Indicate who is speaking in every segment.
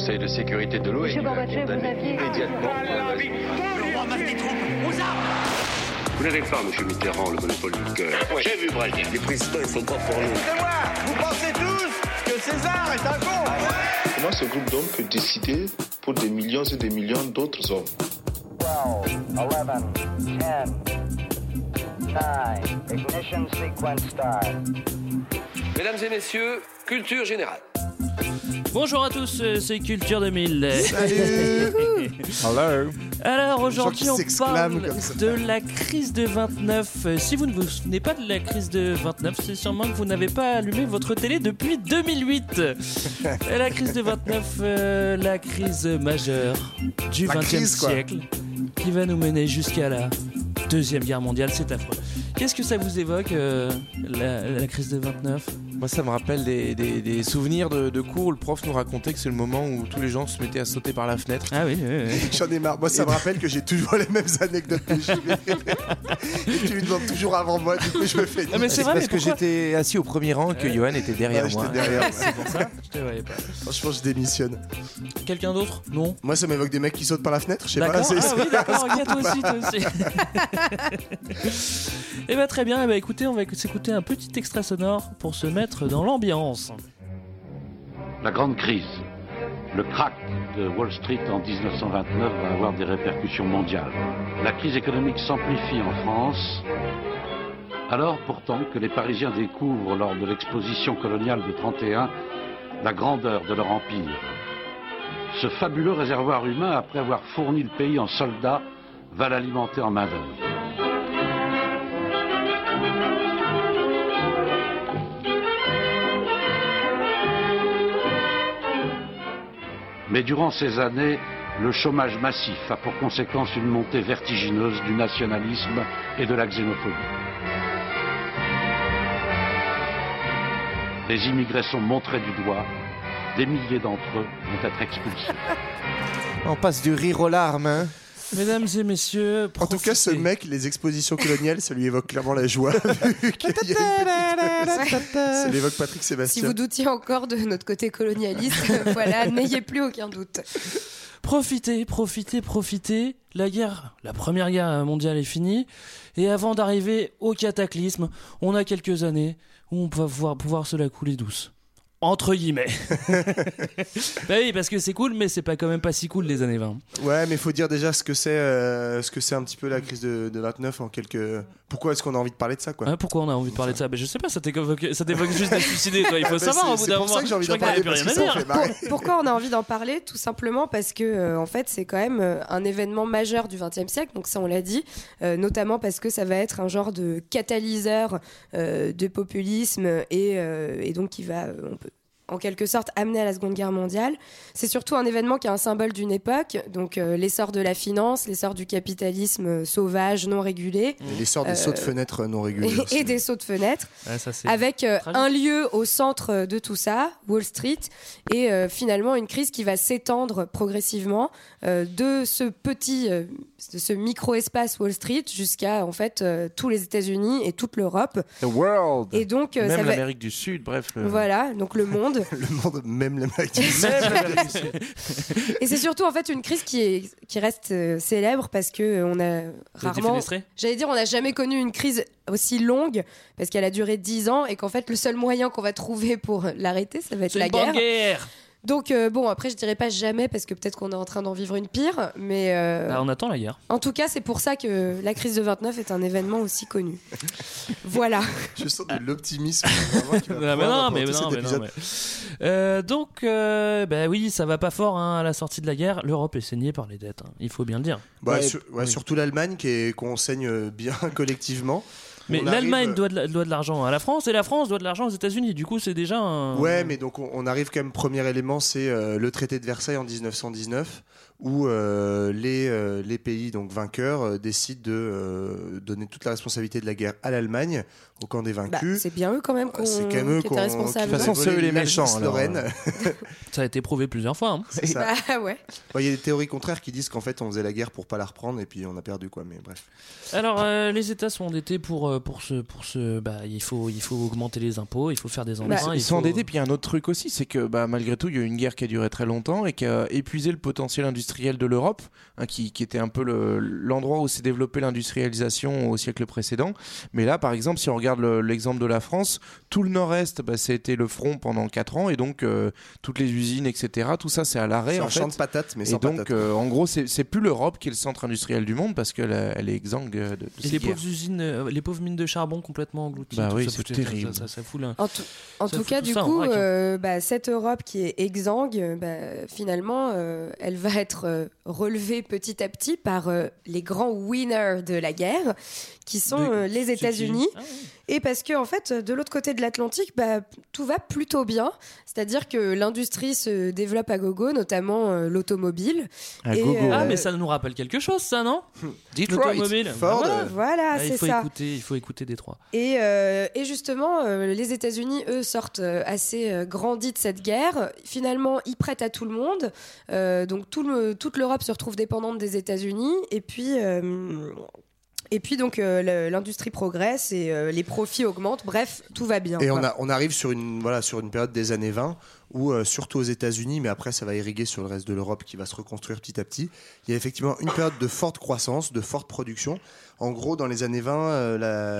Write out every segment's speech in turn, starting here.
Speaker 1: Conseil de sécurité de l'ONU a condamné immédiatement.
Speaker 2: Le roi masse des troupes aux armes.
Speaker 3: Vous n'avez pas, M. Mitterrand, le monopole du cœur. Ouais, j'ai vu Brasier. Les présidents, ils sont pas pour nous.
Speaker 2: Écoutez-moi, vous pensez tous que César est un con?
Speaker 4: Comment ce groupe d'hommes peut décider pour des millions et des millions d'autres hommes?
Speaker 5: 12, 11, 10, 9, ignition sequence start.
Speaker 6: Mesdames et messieurs, culture générale.
Speaker 7: Bonjour à tous, c'est Culture 2000.
Speaker 8: Salut. Hello.
Speaker 7: Alors aujourd'hui on parle
Speaker 8: comme ça.
Speaker 7: de la crise de 29. Si vous ne vous souvenez pas de la crise de 29, c'est sûrement que vous n'avez pas allumé votre télé depuis 2008. Et la crise de 29, la crise majeure du XXe siècle qui va nous mener jusqu'à la Deuxième Guerre mondiale, c'est affreux. Qu'est-ce que ça vous évoque, la crise de 29 ?
Speaker 8: Moi, ça me rappelle des souvenirs de cours où le prof nous racontait que c'est le moment où tous les gens se mettaient à sauter par la fenêtre.
Speaker 7: Ah oui.
Speaker 9: J'en ai marre. Moi, ça me rappelle que j'ai toujours les mêmes anecdotes que j'y vais. Et tu lui demandes toujours avant moi, du coup, je me fais.
Speaker 7: Ah, mais c'est vrai,
Speaker 8: parce que j'étais assis au premier rang et que Johan était derrière moi.
Speaker 9: J'étais derrière.
Speaker 7: C'est pour ça, je te voyais pas.
Speaker 9: Franchement, je démissionne.
Speaker 7: Quelqu'un d'autre ? Non.
Speaker 9: Moi, ça m'évoque des mecs qui sautent par la fenêtre. Je sais
Speaker 7: D'accord.
Speaker 9: pas.
Speaker 7: Ah oui, d'accord. Ok, toi aussi. Et bah très bien. Et bah écoutez, on va s'écouter un petit extrait sonore pour se mettre dans l'ambiance.
Speaker 3: La grande crise, le krach de Wall Street en 1929 va avoir des répercussions mondiales. La crise économique s'amplifie en France, alors pourtant que les Parisiens découvrent lors de l'exposition coloniale de 1931 la grandeur de leur empire. Ce fabuleux réservoir humain, après avoir fourni le pays en soldats, va l'alimenter en main-d'œuvre. Mais durant ces années, le chômage massif a pour conséquence une montée vertigineuse du nationalisme et de la xénophobie. Les immigrés sont montrés du doigt, des milliers d'entre eux vont être expulsés.
Speaker 8: On passe du rire aux larmes, hein.
Speaker 7: Mesdames et messieurs,
Speaker 9: En tout cas, ce mec, les expositions coloniales, ça lui évoque clairement la joie. Ça lui évoque Patrick Sébastien.
Speaker 10: Si vous doutiez encore de notre côté colonialiste, voilà, n'ayez plus aucun doute.
Speaker 7: Profitez. La première guerre mondiale est finie. Et avant d'arriver au cataclysme, on a quelques années où on va pouvoir se la couler douce. Entre guillemets. Bah oui, parce que c'est cool, mais c'est pas quand même pas si cool les années 20.
Speaker 9: Ouais, mais il faut dire déjà ce que c'est un petit peu la crise de 29 en quelques. Pourquoi est-ce qu'on a envie de parler de ça, quoi?
Speaker 7: Pourquoi on a envie de parler de ça? Je sais pas, ça t'évoque juste des suicidés, toi. Il faut savoir au bout d'un moment.
Speaker 9: C'est pour ça que j'ai envie d'en parler, parce que ça me fait marrer.
Speaker 10: Pourquoi on a envie d'en parler? Tout simplement parce que, en fait, c'est quand même un événement majeur du XXe siècle. Donc ça, on l'a dit, notamment parce que ça va être un genre de catalyseur de populisme et donc qui va, on peut en quelque sorte amené à la Seconde Guerre mondiale. C'est surtout un événement qui est un symbole d'une époque, donc l'essor de la finance, l'essor du capitalisme sauvage, non régulé.
Speaker 9: Et l'essor des sauts de fenêtres non régulés.
Speaker 10: Et des sauts de fenêtres,
Speaker 7: ouais, ça,
Speaker 10: avec un lieu au centre de tout ça, Wall Street, et finalement une crise qui va s'étendre progressivement de ce micro-espace Wall Street jusqu'à en fait tous les États-Unis et toute l'Europe.
Speaker 8: The world.
Speaker 10: Et donc,
Speaker 8: même
Speaker 10: ça va...
Speaker 8: l'Amérique du Sud, bref.
Speaker 10: Voilà, donc le monde.
Speaker 9: Le monde, même l'Amérique du Sud.
Speaker 10: Et c'est surtout en fait une crise qui reste célèbre parce que on a rarement, on n'a jamais connu une crise aussi longue parce qu'elle a duré 10 ans et qu'en fait le seul moyen qu'on va trouver pour l'arrêter, ça va être la guerre. Donc bon, après je dirais pas jamais parce que peut-être qu'on est en train d'en vivre une pire, mais
Speaker 7: on attend la guerre.
Speaker 10: En tout cas, c'est pour ça que la crise de 29 est un événement aussi connu. Voilà.
Speaker 9: Je sens de l'optimisme.
Speaker 7: Donc oui, ça va pas fort à la sortie de la guerre. L'Europe est saignée par les dettes, il faut bien le dire.
Speaker 9: Surtout l'Allemagne qu'on saigne bien collectivement.
Speaker 7: Mais l'Allemagne doit de l'argent à la France et la France doit de l'argent aux États-Unis. Du coup, c'est déjà un...
Speaker 9: Ouais, mais donc on arrive quand même, premier élément, c'est le traité de Versailles en 1919 où les pays donc vainqueurs décident de donner toute la responsabilité de la guerre à l'Allemagne, au camp des vaincus.
Speaker 10: C'est bien eux quand même qui étaient responsables.
Speaker 8: De toute façon, c'est eux les méchants.
Speaker 7: Ça a été prouvé plusieurs fois. Hein.
Speaker 9: C'est ça.
Speaker 10: Ouais.
Speaker 9: Il y a des théories contraires qui disent qu'en fait on faisait la guerre pour pas la reprendre et puis on a perdu quoi. Mais bref.
Speaker 7: Alors les États sont endettés pour il faut augmenter les impôts, il faut faire des emprunts.
Speaker 8: Ils sont endettés. Puis il y a un autre truc aussi, c'est que malgré tout il y a eu une guerre qui a duré très longtemps et qui a épuisé le potentiel industriel de l'Europe, qui était un peu l'endroit où s'est développée l'industrialisation au siècle précédent. Mais là par exemple si on regarde l'exemple de la France, tout le nord-est ça a été le front pendant 4 ans et donc toutes les usines etc. tout ça c'est à l'arrêt.
Speaker 9: C'est un
Speaker 8: en
Speaker 9: champ
Speaker 8: fait.
Speaker 9: de patates mais
Speaker 8: et
Speaker 9: sans
Speaker 8: donc
Speaker 9: patates.
Speaker 8: en gros c'est plus l'Europe qui est le centre industriel du monde parce qu'elle elle est exsangue de
Speaker 7: et les pauvres usines, les pauvres mines de charbon complètement englouties.
Speaker 8: Oui,
Speaker 7: ça,
Speaker 8: c'est terrible.
Speaker 7: Ça fout là.
Speaker 10: En tout cas, du coup, cette Europe qui est exsangue, finalement, elle va être relevée petit à petit par les grands winners de la guerre, qui sont les États-Unis. Et parce que en fait, de l'autre côté de l'Atlantique, tout va plutôt bien. C'est-à-dire que l'industrie se développe à gogo, notamment l'automobile.
Speaker 7: Mais ça nous rappelle quelque chose, ça, non?
Speaker 8: Detroit,
Speaker 9: Ford.
Speaker 10: Voilà, c'est ça.
Speaker 7: Il faut écouter Détroit.
Speaker 10: Et justement, les États-Unis, eux, sortent assez grandis de cette guerre. Finalement, ils prêtent à tout le monde. Donc toute l'Europe se retrouve dépendante des États-Unis. Et puis donc l'industrie progresse et les profits augmentent. Bref, tout va bien.
Speaker 9: Et on arrive sur une période des années 20 où, surtout aux États-Unis, mais après ça va irriguer sur le reste de l'Europe qui va se reconstruire petit à petit, il y a effectivement une période de forte croissance, de forte production. En gros, dans les années 20,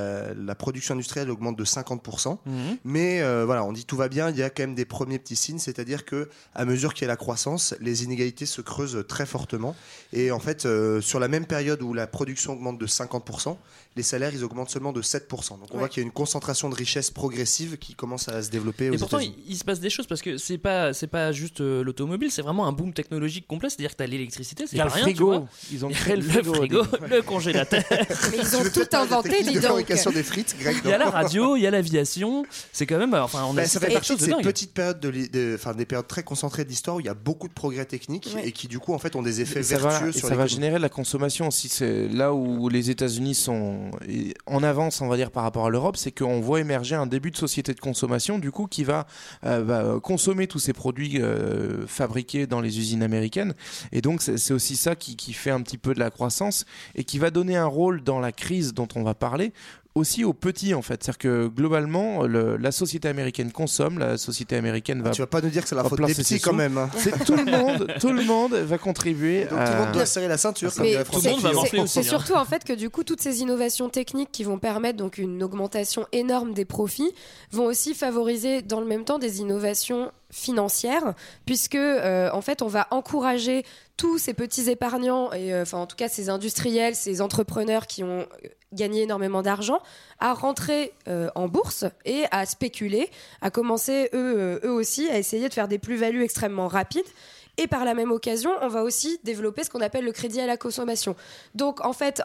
Speaker 9: la production industrielle augmente de 50%. Mais on dit tout va bien, il y a quand même des premiers petits signes, c'est-à-dire qu'à mesure qu'il y a la croissance, les inégalités se creusent très fortement. Et en fait, sur la même période où la production augmente de 50%, les salaires ils augmentent seulement de 7%. Donc on voit qu'il y a une concentration de richesse progressive qui commence à se développer aux
Speaker 7: pourtant,
Speaker 9: États-Unis.
Speaker 7: il se passe des choses parce que c'est pas juste l'automobile, c'est vraiment un boom technologique complet. C'est-à-dire que t'as l'électricité, c'est pas rien.
Speaker 8: Frigo.
Speaker 7: Tu vois.
Speaker 8: Ils ont créé le frigo,
Speaker 7: le congélateur.
Speaker 10: Mais ils ont tout inventé, dis
Speaker 9: de
Speaker 10: donc.
Speaker 9: fabrication des frites, Greg.
Speaker 7: Il y a la radio, il y a l'aviation. C'est quand même.
Speaker 9: Ça fait partie de ces petites périodes des périodes très concentrées de l'histoire où il y a beaucoup de progrès techniques et qui du coup en fait ont des effets vertueux sur
Speaker 8: ça va générer de la consommation aussi. C'est là où les États-Unis sont en avance, on va dire, par rapport à l'Europe, c'est qu'on voit émerger un début de société de consommation du coup qui va consommer tous ces produits fabriqués dans les usines américaines. Et donc c'est aussi ça qui fait un petit peu de la croissance et qui va donner un rôle dans la crise dont on va parler aussi aux petits en fait. C'est-à-dire que globalement la société américaine consomme, la société américaine va...
Speaker 9: Tu vas pas nous dire que c'est la faute des petits quand même.
Speaker 8: C'est tout le monde va contribuer.
Speaker 9: Donc tout le monde doit serrer la ceinture. Comme dirait François Fillon.
Speaker 10: C'est surtout en fait que du coup toutes ces innovations techniques qui vont permettre donc une augmentation énorme des profits vont aussi favoriser dans le même temps des innovations financières puisque en fait on va encourager tous ces petits épargnants et en tout cas ces industriels, ces entrepreneurs qui ont gagné énormément d'argent à rentrer en bourse et à spéculer, à commencer eux aussi à essayer de faire des plus-values extrêmement rapides. Et par la même occasion, on va aussi développer ce qu'on appelle le crédit à la consommation. Donc, en fait,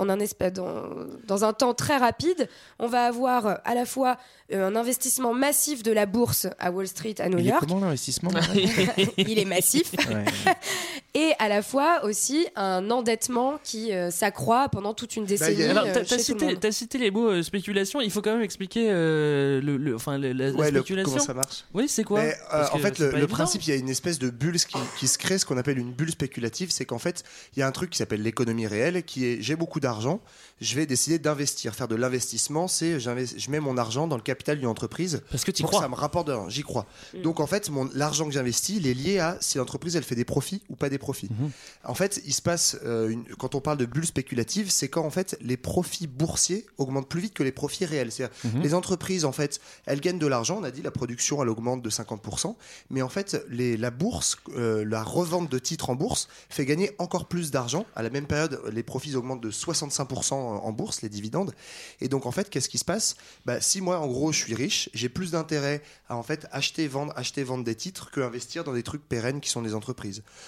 Speaker 10: dans un temps très rapide, on va avoir à la fois un investissement massif de la bourse à Wall Street, à New York.
Speaker 8: Il est comment l'investissement?
Speaker 10: Il est massif.
Speaker 8: Ouais.
Speaker 10: Et à la fois aussi un endettement qui s'accroît pendant toute une décennie.
Speaker 7: Alors, t'as cité les mots spéculation. Il faut quand même expliquer la spéculation.
Speaker 9: Comment ça marche?
Speaker 7: Oui, c'est quoi?
Speaker 9: En fait, le principe, il y a une espèce de bulle qui se crée, ce qu'on appelle une bulle spéculative. C'est qu'en fait, il y a un truc qui s'appelle l'économie réelle, qui est j'ai beaucoup d'argent, je vais décider d'investir. Faire de l'investissement, c'est je mets mon argent dans le capital d'une entreprise.
Speaker 7: Parce que tu
Speaker 9: crois. Ça me rapporte de l'argent. J'y crois. Donc en fait, l'argent que j'investis, il est lié à si l'entreprise elle fait des profits ou pas des profits. En fait, il se passe quand on parle de bulle spéculative, c'est quand en fait les profits boursiers augmentent plus vite que les profits réels. C'est-à-dire les entreprises en fait, elles gagnent de l'argent. On a dit la production elle augmente de 50%, mais en fait la bourse, la revente de titres en bourse fait gagner encore plus d'argent. À la même période, les profits augmentent de 65% en bourse, les dividendes. Et donc en fait, qu'est-ce qui se passe? Si moi en gros je suis riche, j'ai plus d'intérêt à en fait acheter vendre des titres que investir dans des trucs pérennes qui sont des entreprises. Donc en fait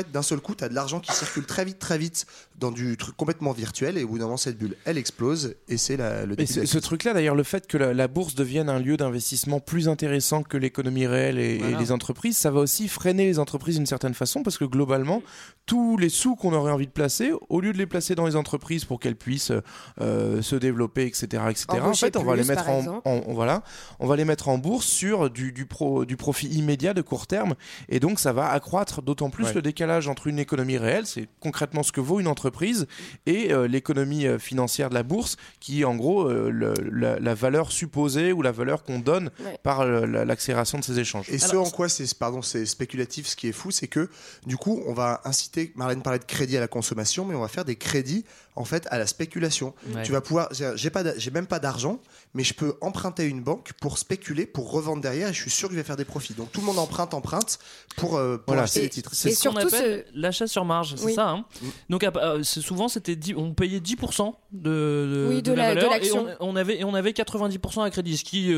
Speaker 9: fait, d'un seul coup, tu as de l'argent qui circule très vite dans du truc complètement virtuel, et au bout d'un moment, cette bulle, elle explose, et c'est le début.
Speaker 8: Et ce truc-là, d'ailleurs, le fait que la bourse devienne un lieu d'investissement plus intéressant que l'économie réelle et les entreprises, ça va aussi freiner les entreprises d'une certaine façon, parce que globalement, tous les sous qu'on aurait envie de placer, au lieu de les placer dans les entreprises pour qu'elles puissent se développer, etc., en fait, on va les mettre on va les mettre en bourse sur du profit immédiat de court terme, et donc ça va accroître d'autant plus le décalage entre une économie réelle, c'est concrètement ce que vaut une entreprise, et l'économie financière de la bourse, qui est en gros la valeur supposée ou la valeur qu'on donne par l'accélération de ces échanges.
Speaker 9: Et en quoi c'est spéculatif, ce qui est fou, c'est que du coup on va inciter, Marlène parlait de crédit à la consommation, mais on va faire des crédits en fait à la spéculation. Tu vas pouvoir, j'ai même pas d'argent, mais je peux emprunter à une banque pour spéculer, pour revendre derrière, et je suis sûr que je vais faire des profits. Donc tout le monde emprunte pour acheter des titres.
Speaker 7: C'est ce qu'on appelle l'achat sur marge, c'est ça. Hein. Donc souvent on payait 10% de la valeur, de l'action. Et on avait 90% à crédit, ce qui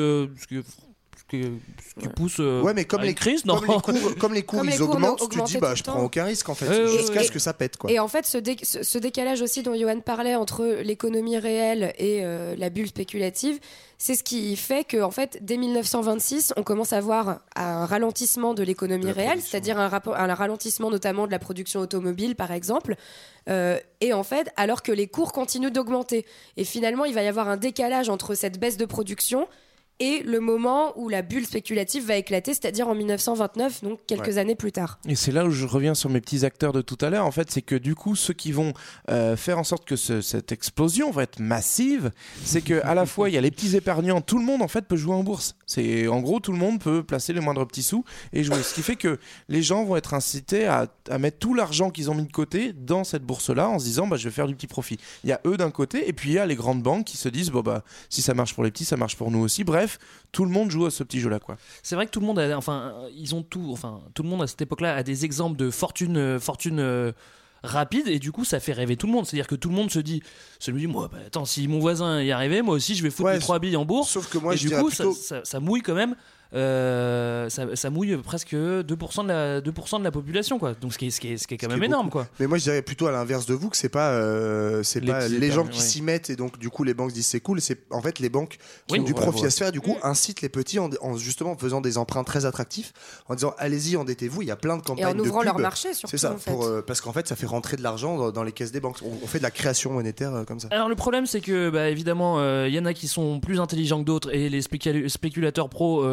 Speaker 7: pousse
Speaker 9: mais comme les
Speaker 7: crises, non.
Speaker 9: Comme les cours ils augmentent, tu te dis je prends aucun risque en fait, jusqu'à ce que ça pète quoi.
Speaker 10: Et en fait ce décalage aussi dont Johan parlait entre l'économie réelle et la bulle spéculative, c'est ce qui fait que en fait dès 1926 on commence à voir un ralentissement de l'économie réelle, c'est-à-dire un ralentissement notamment de la production automobile par exemple, et en fait alors que les cours continuent d'augmenter, et finalement il va y avoir un décalage entre cette baisse de production et le moment où la bulle spéculative va éclater, c'est-à-dire en 1929, donc quelques années plus tard.
Speaker 8: Et c'est là où je reviens sur mes petits acteurs de tout à l'heure. En fait, c'est que du coup, ceux qui vont faire en sorte que cette explosion va être massive, c'est qu'à la fois, il y a les petits épargnants, tout le monde en fait peut jouer en bourse. C'est, en gros, tout le monde peut placer les moindres petits sous et jouer. Ce qui fait que les gens vont être incités à mettre tout l'argent qu'ils ont mis de côté dans cette bourse-là en se disant je vais faire du petit profit. Il y a eux d'un côté, et puis il y a les grandes banques qui se disent si ça marche pour les petits, ça marche pour nous aussi. Bref, tout le monde joue à ce petit jeu-là, quoi.
Speaker 7: C'est vrai que tout le monde tout le monde à cette époque-là a des exemples de fortune rapide, et du coup ça fait rêver tout le monde, c'est-à-dire que tout le monde se dit moi attends, si mon voisin y arrivait, moi aussi je vais foutre mes 3 billes en bourse.
Speaker 9: Sauf que moi
Speaker 7: et
Speaker 9: je
Speaker 7: du coup
Speaker 9: plutôt...
Speaker 7: ça mouille quand même. Ça mouille presque 2% de la population, quoi. Donc ce qui est quand même énorme, quoi.
Speaker 9: Mais moi je dirais plutôt à l'inverse de vous que c'est pas les gens qui s'y mettent, et donc du coup les banques disent c'est cool, c'est en fait les banques qui ont du profit à se faire, du coup incitent les petits en justement faisant des emprunts très attractifs, en disant allez-y, endettez-vous, il y a plein de campagnes de pub.
Speaker 10: Et en ouvrant leur marché surtout.
Speaker 9: C'est ça,
Speaker 10: en fait.
Speaker 9: parce qu'en fait ça fait rentrer de l'argent dans les caisses des banques. On fait de la création monétaire comme ça.
Speaker 7: Alors le problème c'est que évidemment y en a qui sont plus intelligents que d'autres, et les spéculateurs pros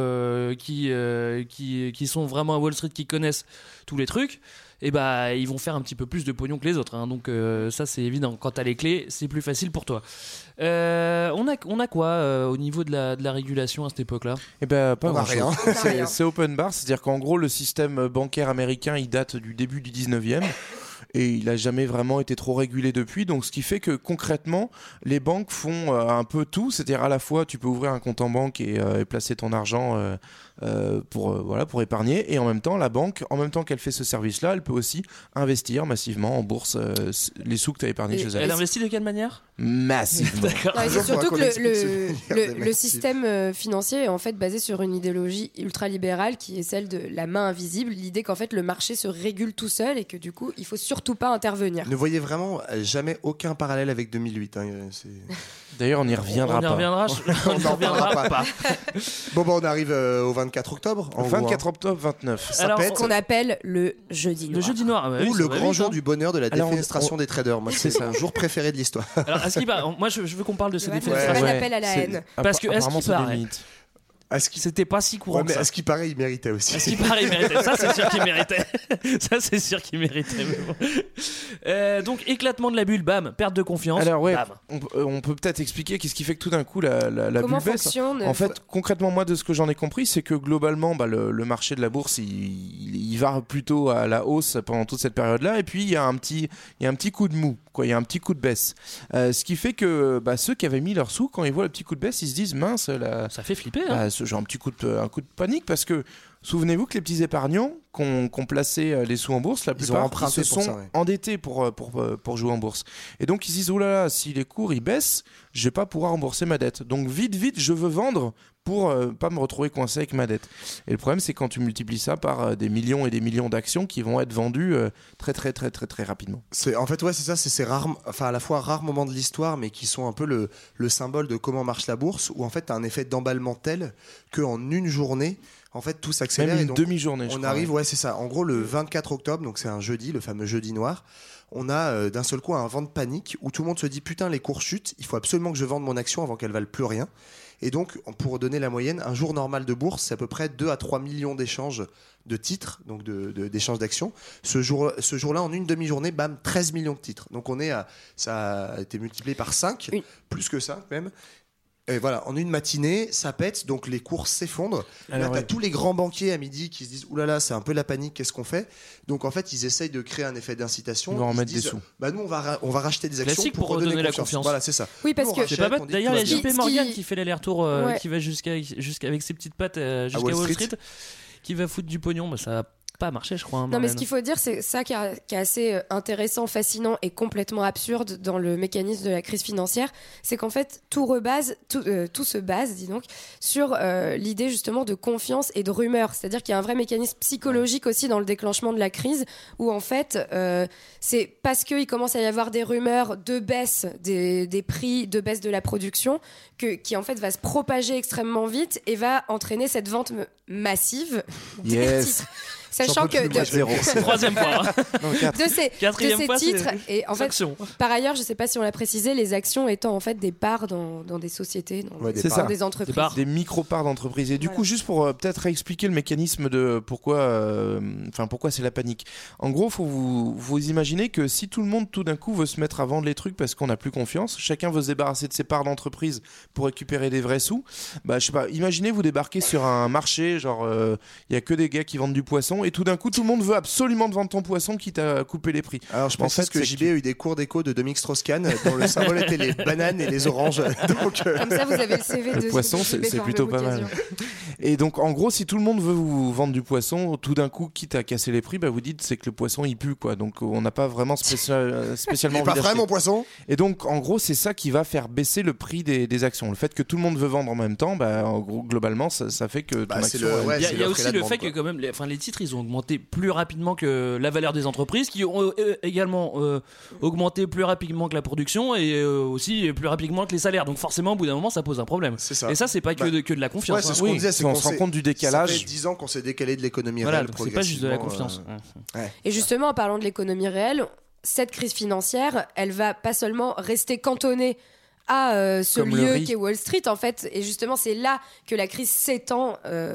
Speaker 7: qui sont vraiment à Wall Street, qui connaissent tous les trucs, et ils vont faire un petit peu plus de pognon que les autres, hein. Donc ça c'est évident, quand t'as les clés c'est plus facile pour toi. On a quoi au niveau de la régulation à cette époque-là?
Speaker 8: Pas grand-chose. C'est open bar, c'est-à-dire qu'en gros le système bancaire américain il date du début du 19e, et il n'a jamais vraiment été trop régulé depuis, donc ce qui fait que concrètement les banques font un peu tout, c'est-à-dire à la fois tu peux ouvrir un compte en banque et placer ton argent pour épargner, et en même temps la banque, en même temps qu'elle fait ce service-là, elle peut aussi investir massivement en bourse les sous que tu as épargnés chez elle.
Speaker 7: Elle investit de quelle manière?
Speaker 8: Massivement.
Speaker 10: C'est surtout que le système financier est en fait basé sur une idéologie ultralibérale qui est celle de la main invisible, l'idée qu'en fait le marché se régule tout seul et que du coup il faut surtout pas intervenir.
Speaker 9: Ne voyez vraiment jamais aucun parallèle avec 2008, hein.
Speaker 8: D'ailleurs on y reviendra
Speaker 7: pas. On n'y reviendra pas.
Speaker 9: Bon on arrive au 24 octobre.
Speaker 8: 24 octobre 29.
Speaker 10: Alors qu'on appelle le jeudi noir.
Speaker 7: Le jeudi noir.
Speaker 9: Ou le grand jour du bonheur de la défenestration des traders. Moi c'est mon jour préféré de l'histoire.
Speaker 7: Alors moi je veux qu'on parle de cette défenestration.
Speaker 10: C'est pas l'appel à la haine.
Speaker 7: Parce que est-ce qu'il paraît, c'était pas si courant.
Speaker 9: Mais à ce qui paraît, il méritait aussi.
Speaker 7: À ce qui paraît, il méritait. Ça, c'est sûr qu'il méritait. Ça, c'est sûr qu'il méritait. Donc, éclatement de la bulle, bam, perte de confiance.
Speaker 8: Alors,
Speaker 7: bam.
Speaker 8: On peut peut-être expliquer qu'est-ce qui fait que tout d'un coup la bulle baisse. En fait, concrètement, moi, de ce que j'en ai compris, c'est que globalement, le marché de la bourse, il va plutôt à la hausse pendant toute cette période-là. Et puis, il y a un petit coup de mou, quoi. Il y a un petit coup de baisse. Ce qui fait que ceux qui avaient mis leurs sous, quand ils voient le petit coup de baisse, ils se disent mince,
Speaker 7: ça fait flipper. Hein.
Speaker 8: Genre un coup de panique, parce que souvenez-vous que les petits épargnants qui ont placé les sous en bourse, la plupart ils se sont endettés pour jouer en bourse, et donc ils se disent oh là là, si les cours ils baissent, je vais pas pouvoir rembourser ma dette, donc vite je veux vendre pour pas me retrouver coincé avec ma dette. Et le problème, c'est quand tu multiplies ça par des millions et des millions d'actions qui vont être vendues très très très très très rapidement.
Speaker 9: En fait, ouais, c'est ça, c'est ces rares, enfin à la fois rares moments de l'histoire, mais qui sont un peu le symbole de comment marche la bourse, où en fait, tu as un effet d'emballement tel qu'en une journée, en fait, tout s'accélère.
Speaker 8: Même une demi-journée,
Speaker 9: on arrive, ouais, c'est ça. En gros, le 24 octobre, donc c'est un jeudi, le fameux jeudi noir, on a d'un seul coup un vent de panique où tout le monde se dit putain, les cours chutent, il faut absolument que je vende mon action avant qu'elle vaille plus rien. Et donc, pour donner la moyenne, un jour normal de bourse, c'est à peu près 2 à 3 millions d'échanges de titres, donc d'échanges d'actions. Ce jour-là, en une demi-journée, bam, 13 millions de titres. Donc ça a été multiplié par 5, plus que ça même. Et voilà, en une matinée, ça pète, donc les cours s'effondrent. Là, t'as tous les grands banquiers à midi qui se disent « Oulala, c'est un peu la panique, qu'est-ce qu'on fait ?» Donc en fait, ils essayent de créer un effet d'incitation.
Speaker 8: Ils vont en mettre des sous.
Speaker 9: Bah, nous, on va racheter des actions
Speaker 7: pour redonner la confiance.
Speaker 9: Voilà, c'est ça.
Speaker 10: Oui, parce que
Speaker 7: c'est pas bête. D'ailleurs, il y a JP Morgan qui fait l'aller-retour,
Speaker 10: Ouais.
Speaker 7: qui va avec ses petites pattes jusqu'à Wall Street, qui va foutre du pognon. Bah, ça pas marché, je crois.
Speaker 10: Non, mais ce qu'il faut dire, c'est ça qui est assez intéressant, fascinant et complètement absurde dans le mécanisme de la crise financière, c'est qu'en fait tout se base, dis donc, sur l'idée justement de confiance et de rumeur. C'est-à-dire qu'il y a un vrai mécanisme psychologique aussi dans le déclenchement de la crise, où en fait c'est parce qu'il commence à y avoir des rumeurs de baisse des prix, de baisse de la production, qui en fait va se propager extrêmement vite et va entraîner cette vente massive des titres. Sachant que
Speaker 7: troisième fois
Speaker 10: de ces titres et en fait
Speaker 7: actions.
Speaker 10: Par ailleurs, je sais pas si on l'a précisé, les actions étant en fait des parts dans des sociétés, dans des entreprises,
Speaker 8: des micro-parts d'entreprises. Et du coup, juste pour peut-être réexpliquer le mécanisme de pourquoi c'est la panique. En gros, faut vous imaginer que si tout le monde tout d'un coup veut se mettre à vendre les trucs parce qu'on n'a plus confiance, chacun veut se débarrasser de ses parts d'entreprise pour récupérer des vrais sous. Bah je sais pas, imaginez vous débarquez sur un marché, genre il y a que des gars qui vendent du poisson. Et tout d'un coup, tout le monde veut absolument te vendre ton poisson quitte à couper les prix.
Speaker 9: Alors, je pense que JB a eu des cours d'éco de Dominique Strauss-Kahn dont le symbole était les bananes et les oranges. Donc,
Speaker 10: comme ça, vous avez le CV de
Speaker 8: poisson, c'est plutôt pas mal. Et donc, en gros, si tout le monde veut vous vendre du poisson, tout d'un coup, quitte à casser les prix, bah, vous dites c'est que le poisson il pue, quoi. Donc, on n'a pas vraiment spécialement.
Speaker 9: Il est pas frais, mon poisson.
Speaker 8: Et donc, en gros, c'est ça qui va faire baisser le prix des actions. Le fait que tout le monde veut vendre en même temps, bah, en gros, globalement, ça fait que ton action.
Speaker 7: Il y a aussi le fait que quand même, les titres ils ont augmenté plus rapidement que la valeur des entreprises, qui ont également augmenté plus rapidement que la production et aussi plus rapidement que les salaires. Donc forcément, au bout d'un moment, ça pose un problème.
Speaker 9: C'est ça.
Speaker 7: Et ça, c'est pas que de la confiance.
Speaker 9: Ouais, c'est ce qu'on disait, c'est
Speaker 8: on se rend compte du décalage.
Speaker 9: Ça fait 10 ans qu'on s'est décalé de l'économie
Speaker 7: réelle.
Speaker 9: Voilà,
Speaker 7: c'est pas juste de la confiance.
Speaker 10: Et justement, en parlant de l'économie réelle, cette crise financière, elle va pas seulement rester cantonnée à ce lieu qui est Wall Street, en fait. Et justement, c'est là que la crise s'étend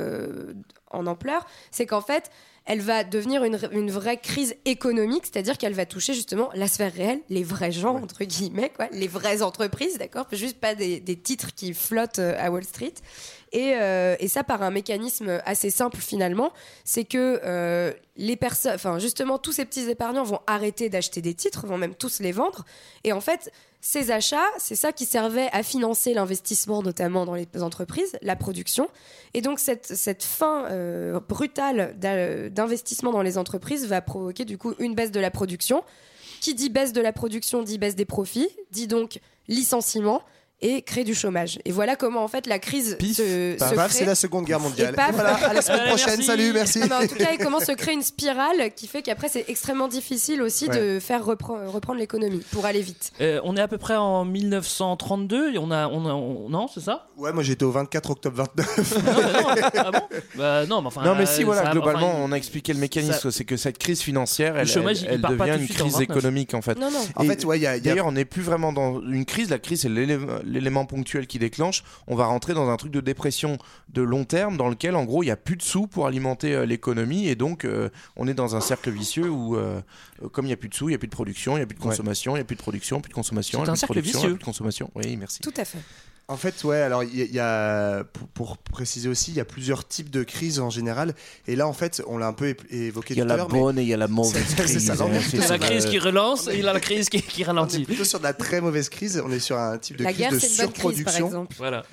Speaker 10: en ampleur. C'est qu'en fait, elle va devenir une vraie crise économique, c'est-à-dire qu'elle va toucher justement la sphère réelle, les vrais gens, entre guillemets, quoi, les vraies entreprises, d'accord, juste pas des titres qui flottent à Wall Street. Et ça par un mécanisme assez simple finalement, c'est que les personnes, enfin justement tous ces petits épargnants vont arrêter d'acheter des titres, vont même tous les vendre, et en fait ces achats, c'est ça qui servait à financer l'investissement notamment dans les entreprises, la production, et donc cette fin brutale d'investissement dans les entreprises va provoquer du coup une baisse de la production. Qui dit baisse de la production dit baisse des profits, dit donc licenciement et créer du chômage. Et voilà comment en fait la crise se crée.
Speaker 9: C'est la Seconde Guerre mondiale.
Speaker 10: Et
Speaker 9: voilà, à la semaine prochaine.
Speaker 7: Merci.
Speaker 9: Salut, merci.
Speaker 10: Non, mais en tout cas, il commence à se créer une spirale qui fait qu'après c'est extrêmement difficile aussi de faire reprendre l'économie pour aller vite.
Speaker 7: On est à peu près en 1932 et on non, c'est ça?
Speaker 9: Ouais, moi j'étais au 24 octobre 29.
Speaker 7: Ah bon? Bah non, mais enfin.
Speaker 8: Non, mais si, voilà, globalement, on a expliqué le mécanisme. C'est que cette crise financière, elle devient une crise économique en fait.
Speaker 10: Non.
Speaker 9: En fait,
Speaker 8: d'ailleurs, on n'est plus vraiment dans une crise. La crise, c'est l'élément ponctuel qui déclenche. On va rentrer dans un truc de dépression de long terme dans lequel en gros il n'y a plus de sous pour alimenter l'économie, et donc on est dans un cercle vicieux où comme il n'y a plus de sous, il n'y a plus de production, il n'y a plus de consommation, il n'y a plus de production, plus de consommation,
Speaker 7: c'est un cercle vicieux.
Speaker 8: plus de consommation. Oui, merci.
Speaker 10: Tout à fait.
Speaker 9: En fait, alors il y a, pour préciser aussi, il y a plusieurs types de crises en général. Et là, en fait, on l'a un peu évoqué tout à l'heure.
Speaker 8: Il y a la bonne et il y a la mauvaise crise.
Speaker 7: C'est la crise qui relance et il y a la crise qui ralentit.
Speaker 9: On est plutôt sur de la très mauvaise crise. On est sur un type de crise de surproduction.
Speaker 7: Voilà.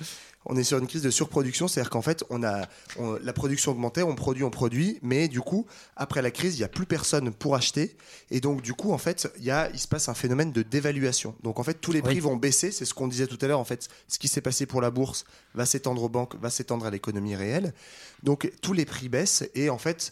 Speaker 9: On est sur une crise de surproduction, c'est-à-dire qu'en fait, la production augmentait, on produit, mais du coup, après la crise, il n'y a plus personne pour acheter. Et donc, du coup, en fait, il se passe un phénomène de dévaluation. Donc, en fait, tous les prix vont baisser. C'est ce qu'on disait tout à l'heure. En fait, ce qui s'est passé pour la bourse va s'étendre aux banques, va s'étendre à l'économie réelle. Donc, tous les prix baissent et en fait,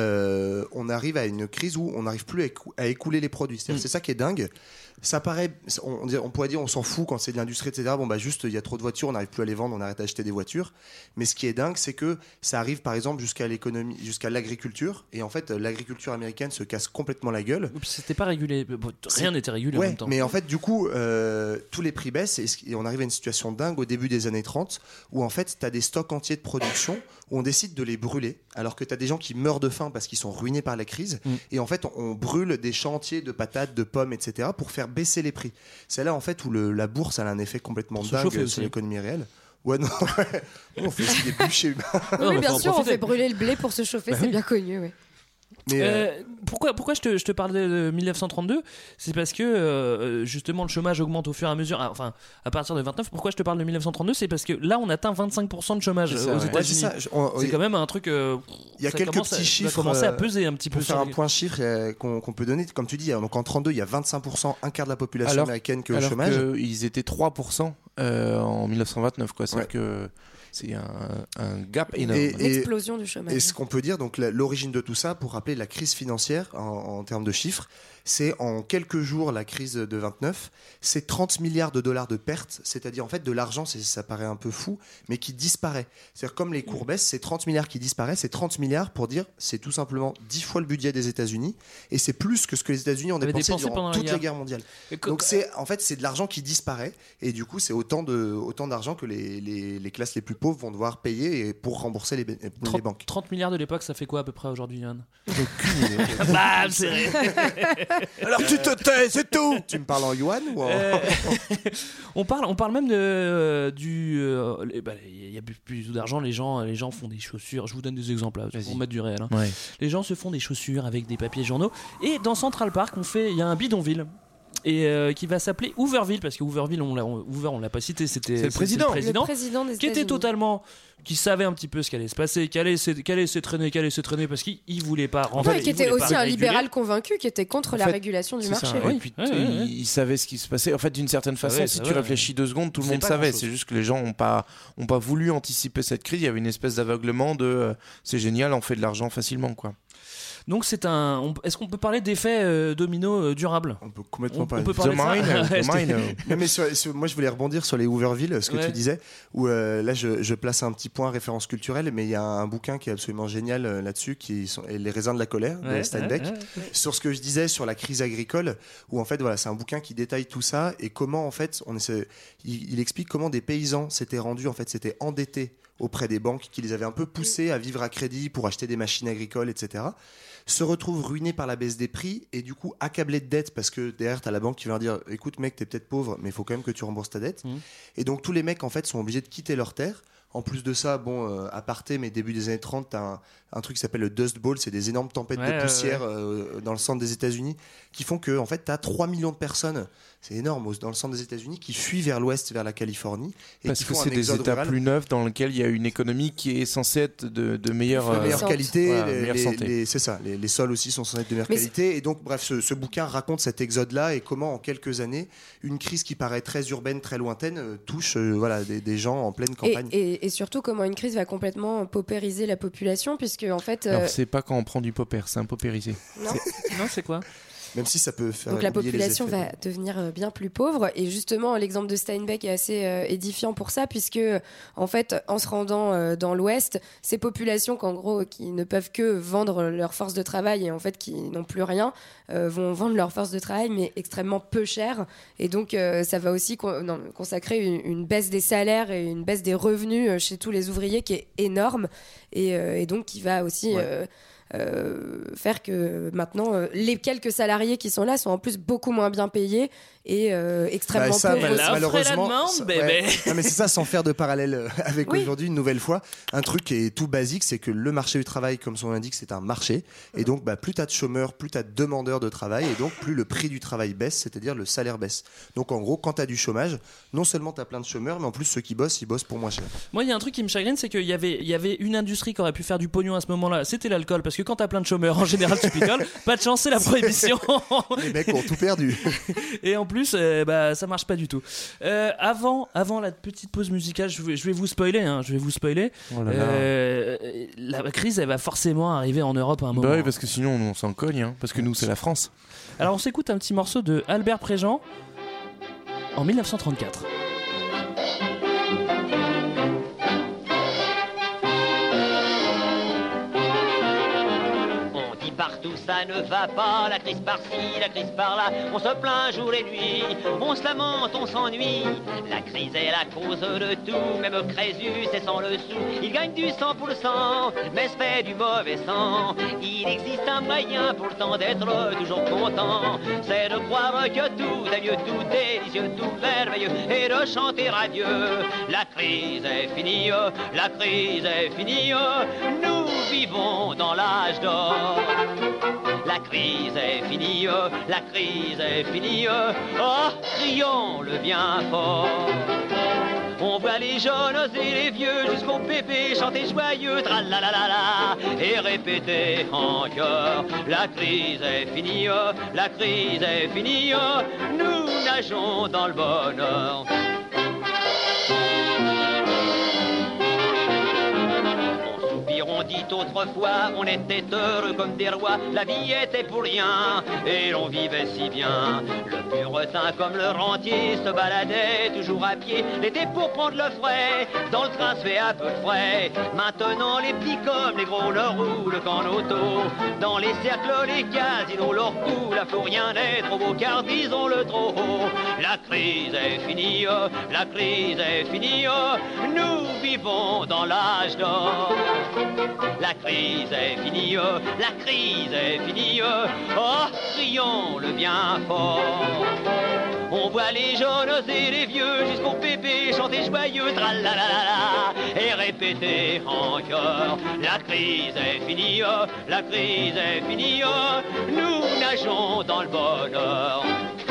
Speaker 9: on arrive à une crise où on n'arrive plus à écouler les produits. C'est ça qui est dingue. Ça paraît, on pourrait dire on s'en fout quand c'est de l'industrie, etc. Bon, juste il y a trop de voitures, on n'arrive plus à les vendre, on arrête d'acheter des voitures. Mais ce qui est dingue, c'est que ça arrive par exemple jusqu'à l'économie, jusqu'à l'agriculture. Et en fait, l'agriculture américaine se casse complètement la gueule.
Speaker 7: C'était pas régulé, rien n'était régulé en même temps.
Speaker 9: Mais en fait, du coup, tous les prix baissent et on arrive à une situation dingue au début des années 30 où en fait, tu as des stocks entiers de production où on décide de les brûler alors que tu as des gens qui meurent de faim parce qu'ils sont ruinés par la crise. Et en fait, on brûle des champs entiers de patates, de pommes, etc. pour faire baisser les prix. C'est là en fait où la bourse a un effet complètement dingue sur l'économie réelle. Ouais, non, on fait aussi des bûchers humains.
Speaker 10: Oui, bien sûr, on fait brûler le blé pour se chauffer, c'est bien connu. Oui.
Speaker 7: Mais pourquoi je te parlais de 1932 ? C'est parce que justement le chômage augmente au fur et à mesure. Enfin, à partir de 29. Pourquoi je te parle de 1932 ? C'est parce que là, on atteint 25% de chômage aux États-Unis. C'est quand même un truc.
Speaker 9: Il y a quelques petits chiffres.
Speaker 7: Ça commence à peser un petit peu.
Speaker 9: Pour faire un point chiffre qu'on peut donner, comme tu dis. Donc en 32, il y a 25%, un quart de la population américaine qui est au chômage.
Speaker 8: Alors qu'ils étaient 3% en 1929, quoi. C'est-à-dire que c'est un gap énorme.
Speaker 10: L'explosion du chômage.
Speaker 9: Et ce qu'on peut dire, donc l'origine de tout ça, pour rappeler la crise financière en termes de chiffres, c'est en quelques jours la crise de 29, c'est 30 milliards de dollars de pertes, c'est-à-dire en fait de l'argent, ça paraît un peu fou, mais qui disparaît. C'est-à-dire comme les cours baissent, c'est 30 milliards qui disparaissent, c'est 30 milliards pour dire c'est tout simplement 10 fois le budget des États-Unis, et c'est plus que ce que les États-Unis ont dépensé durant toute la guerre mondiale. Donc c'est de l'argent qui disparaît, et du coup c'est autant d'argent que les classes les plus pauvres vont devoir payer pour rembourser les banques.
Speaker 7: 30 milliards de l'époque, ça fait quoi à peu près aujourd'hui, Yann ?
Speaker 9: Aucune idée.
Speaker 7: Bam, c'est
Speaker 9: Alors tu te tais, c'est tout. Tu me parles en yuan ou
Speaker 7: on parle même de il y a plus d'argent, les gens font des chaussures. Je vous donne des exemples là, pour mettre du réel. Hein. Ouais. Les gens se font des chaussures avec des papiers journaux. Et dans Central Park, il y a un bidonville. Et qui va s'appeler Hooverville, parce que Hooverville, on l'a pas cité, c'est le président
Speaker 10: des
Speaker 7: qui était totalement, qui savait un petit peu ce qui allait se passer, qui allait s'étraîner parce qu'il voulait pas rentrer.
Speaker 10: Ouais, qui était aussi un libéral convaincu, qui était contre la régulation du marché.
Speaker 8: Oui. Puis, il savait ce qui se passait. En fait, d'une certaine façon, si tu réfléchis 2 secondes, tout le monde savait. C'est juste que les gens ont pas voulu anticiper cette crise. Il y avait une espèce d'aveuglement de c'est génial, on fait de l'argent facilement, quoi.
Speaker 7: Donc est-ce qu'on peut parler d'effet domino durable ?
Speaker 9: On peut complètement parler.
Speaker 8: de
Speaker 9: mais moi je voulais rebondir sur les Hooverville, ce que tu disais, où là je place un petit point référence culturelle, mais il y a un bouquin qui est absolument génial là-dessus, qui sont Les raisins de la colère de Steinbeck, sur ce que je disais sur la crise agricole, où en fait voilà, c'est un bouquin qui détaille tout ça et comment en fait il explique comment des paysans s'étaient rendus, en fait s'étaient endettés auprès des banques qui les avaient un peu poussés à vivre à crédit pour acheter des machines agricoles, etc., se retrouvent ruinés par la baisse des prix et du coup accablés de dettes parce que derrière t'as la banque qui va leur dire écoute mec, t'es peut-être pauvre mais il faut quand même que tu rembourses ta dette. Et donc tous les mecs en fait sont obligés de quitter leur terre. En plus de ça, aparté, mais début des années 30, t'as un truc qui s'appelle le Dust Bowl, c'est des énormes tempêtes de poussière dans le centre des États-Unis qui font que en fait, t'as 3 millions de personnes, c'est énorme, dans le centre des États-Unis qui fuient vers l'ouest, vers la Californie. Et
Speaker 8: parce que c'est des États rural. Plus neufs dans lesquels il y a une économie qui est censée être de meilleure
Speaker 9: qualité,
Speaker 8: meilleure santé.
Speaker 9: C'est ça, les sols aussi sont censés être de meilleure qualité. Et donc, bref, ce bouquin raconte cet exode-là et comment en quelques années, une crise qui paraît très urbaine, très lointaine, touche des gens en pleine campagne.
Speaker 10: Et surtout comment une crise va complètement paupériser la population, puisque en fait...
Speaker 8: Alors c'est pas quand on prend du pauper, c'est un paupériser.
Speaker 7: Non, c'est quoi ?
Speaker 9: Même si ça peut faire.
Speaker 10: Donc la population va devenir bien plus pauvre. Et justement, l'exemple de Steinbeck est assez édifiant pour ça, puisque en fait, en se rendant dans l'Ouest, ces populations qui ne peuvent que vendre leur force de travail et en fait qui n'ont plus rien, vont vendre leur force de travail, mais extrêmement peu cher. Et donc ça va aussi consacrer une baisse des salaires et une baisse des revenus chez tous les ouvriers qui est énorme et donc qui va aussi faire que maintenant les quelques salariés qui sont là sont en plus beaucoup moins bien payés et extrêmement pauvres.
Speaker 9: Malheureusement,
Speaker 7: bébé.
Speaker 9: Non, mais c'est ça, sans faire de parallèle avec aujourd'hui, une nouvelle fois, un truc qui est tout basique, c'est que le marché du travail, comme son nom l'indique, c'est un marché, et donc plus t'as de chômeurs, plus t'as de demandeurs de travail, et donc plus le prix du travail baisse, c'est-à-dire le salaire baisse. Donc en gros, quand t'as du chômage, non seulement t'as plein de chômeurs, mais en plus ceux qui bossent, ils bossent pour moins cher.
Speaker 7: Moi, il y a un truc qui me chagrine, c'est qu'il y avait une industrie qui aurait pu faire du pognon à ce moment-là, c'était l'alcool, parce que quand t'as plein de chômeurs, en général, tu picoles. Pas de chance, c'est la prohibition.
Speaker 9: Les mecs ont tout perdu.
Speaker 7: Et en plus, ça marche pas du tout. Avant la petite pause musicale, je vais vous spoiler.
Speaker 8: Oh là là.
Speaker 7: La crise, elle va forcément arriver en Europe à un moment.
Speaker 8: Bah oui, parce que sinon on s'en cogne, hein, parce que nous c'est la France.
Speaker 7: Alors on s'écoute un petit morceau de Albert Préjean en 1934.
Speaker 11: Partout ça ne va pas, la crise par-ci, la crise par-là, on se plaint jour et nuit, on se lamente, on s'ennuie. La crise est la cause de tout, même Crésus est sans le sou. Il gagne du 100%, mais se fait du mauvais sang. Il existe un moyen pourtant d'être toujours content, c'est de croire que tout est mieux, tout délicieux, tout merveilleux, et de chanter à Dieu. La crise est finie, la crise est finie, nous vivons dans l'âge d'or. La crise est finie, la crise est finie, oh, crions le bien fort. On voit les jeunes et les vieux jusqu'au pépé chanter joyeux, tralalalala, et répéter en chœur. La crise est finie, la crise est finie, nous nageons dans le bonheur. On dit autrefois, on était heureux comme des rois, la vie était pour rien, et l'on vivait si bien. Le puretin comme le rentier se baladait toujours à pied, l'été pour prendre le frais, dans le train se fait un peu de frais. Maintenant les petits comme les gros leur roulent qu'en auto, dans les cercles, les casinos leur coulent, faut rien n'est trop beau car disons-le trop haut. La crise est finie, la crise est finie, nous vivons dans l'âge d'or. La crise est finie, la crise est finie, oh, crions le bien fort. On voit les jeunes et les vieux jusqu'au pépé chanter joyeux, tralalala, et répéter en chœur. La crise est finie, la crise est finie, nous nageons dans le bonheur.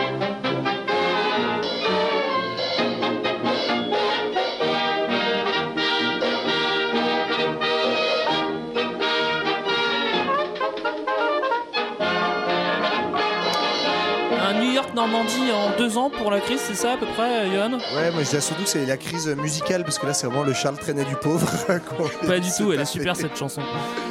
Speaker 7: Normandie en 2 ans pour la crise, c'est ça à peu près, Johan?
Speaker 9: Ouais, moi je dirais surtout que c'est la crise musicale, parce que là c'est vraiment le Charles Trenet du pauvre.
Speaker 7: Pas du tout, elle est super cette chanson.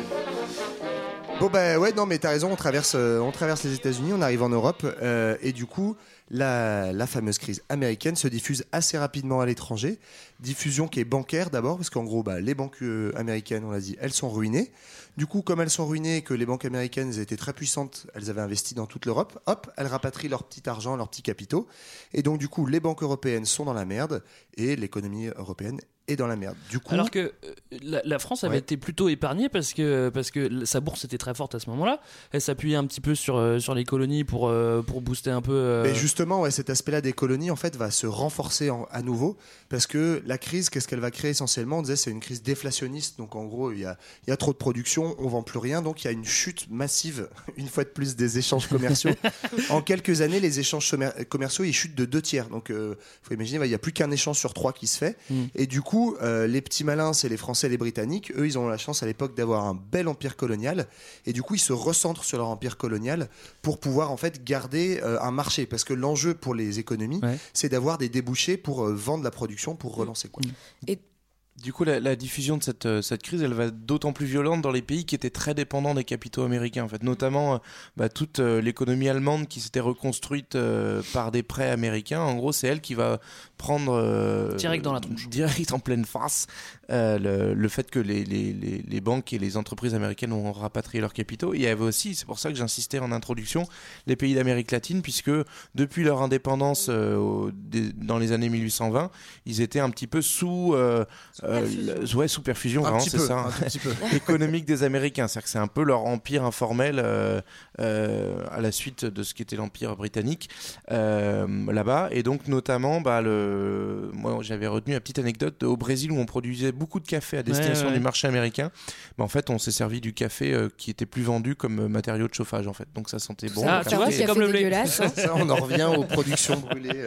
Speaker 9: Bon bah ouais, non mais t'as raison, on traverse les États-Unis, on arrive en Europe, et du coup la fameuse crise américaine se diffuse assez rapidement à l'étranger. Diffusion qui est bancaire d'abord, parce qu'en gros les banques américaines, on l'a dit, elles sont ruinées. Du coup, comme elles sont ruinées et que les banques américaines étaient très puissantes, elles avaient investi dans toute l'Europe, hop, elles rapatrient leur petit argent, leurs petits capitaux. Et donc du coup, les banques européennes sont dans la merde et l'économie européenne est dans la merde. Du coup,
Speaker 7: alors que la France avait été plutôt épargnée parce que sa bourse était très forte à ce moment-là. Elle s'appuyait un petit peu sur les colonies pour booster un peu.
Speaker 9: Mais justement, ouais, cet aspect-là des colonies en fait va se renforcer à nouveau, parce que la crise, qu'est-ce qu'elle va créer essentiellement? On disait c'est une crise déflationniste. Donc en gros, il y a trop de production, on vend plus rien, donc il y a une chute massive, une fois de plus, des échanges commerciaux. En quelques années, les échanges commerciaux ils chutent de 2/3. Donc faut imaginer, il n'y a plus qu'un échange sur 3 qui se fait. Et du coup, les petits malins, c'est les Français et les Britanniques. Eux, ils ont la chance à l'époque d'avoir un bel empire colonial. Et du coup, ils se recentrent sur leur empire colonial pour pouvoir en fait garder un marché. Parce que l'enjeu pour les économies, c'est d'avoir des débouchés pour vendre la production, pour relancer quoi.
Speaker 10: Et
Speaker 8: du coup, la diffusion de cette crise, elle va être d'autant plus violente dans les pays qui étaient très dépendants des capitaux américains. En fait, notamment toute l'économie allemande qui s'était reconstruite par des prêts américains. En gros, c'est elle qui va prendre
Speaker 7: direct dans la tronche,
Speaker 8: direct en pleine face, le fait que les banques et les entreprises américaines ont rapatrié leurs capitaux. Et il y avait aussi, c'est pour ça que j'insistais en introduction, les pays d'Amérique latine, puisque depuis leur indépendance dans les années 1820, ils étaient un petit peu sous sous perfusion,
Speaker 9: Un
Speaker 8: vraiment,
Speaker 9: petit
Speaker 8: c'est
Speaker 9: peu,
Speaker 8: ça.
Speaker 9: un tout petit peu.
Speaker 8: Économique des Américains, c'est-à-dire que c'est un peu leur empire informel à la suite de ce qu'était l'empire britannique là-bas. Et donc notamment, moi j'avais retenu une petite anecdote au Brésil où on produisait beaucoup de café à destination du marché américain. En fait, on s'est servi du café qui était plus vendu comme matériau de chauffage en fait. Donc ça sentait bon.
Speaker 7: Ah, tu vois, c'est comme le blé.
Speaker 10: Hein.
Speaker 9: Ça, on en revient aux productions brûlées.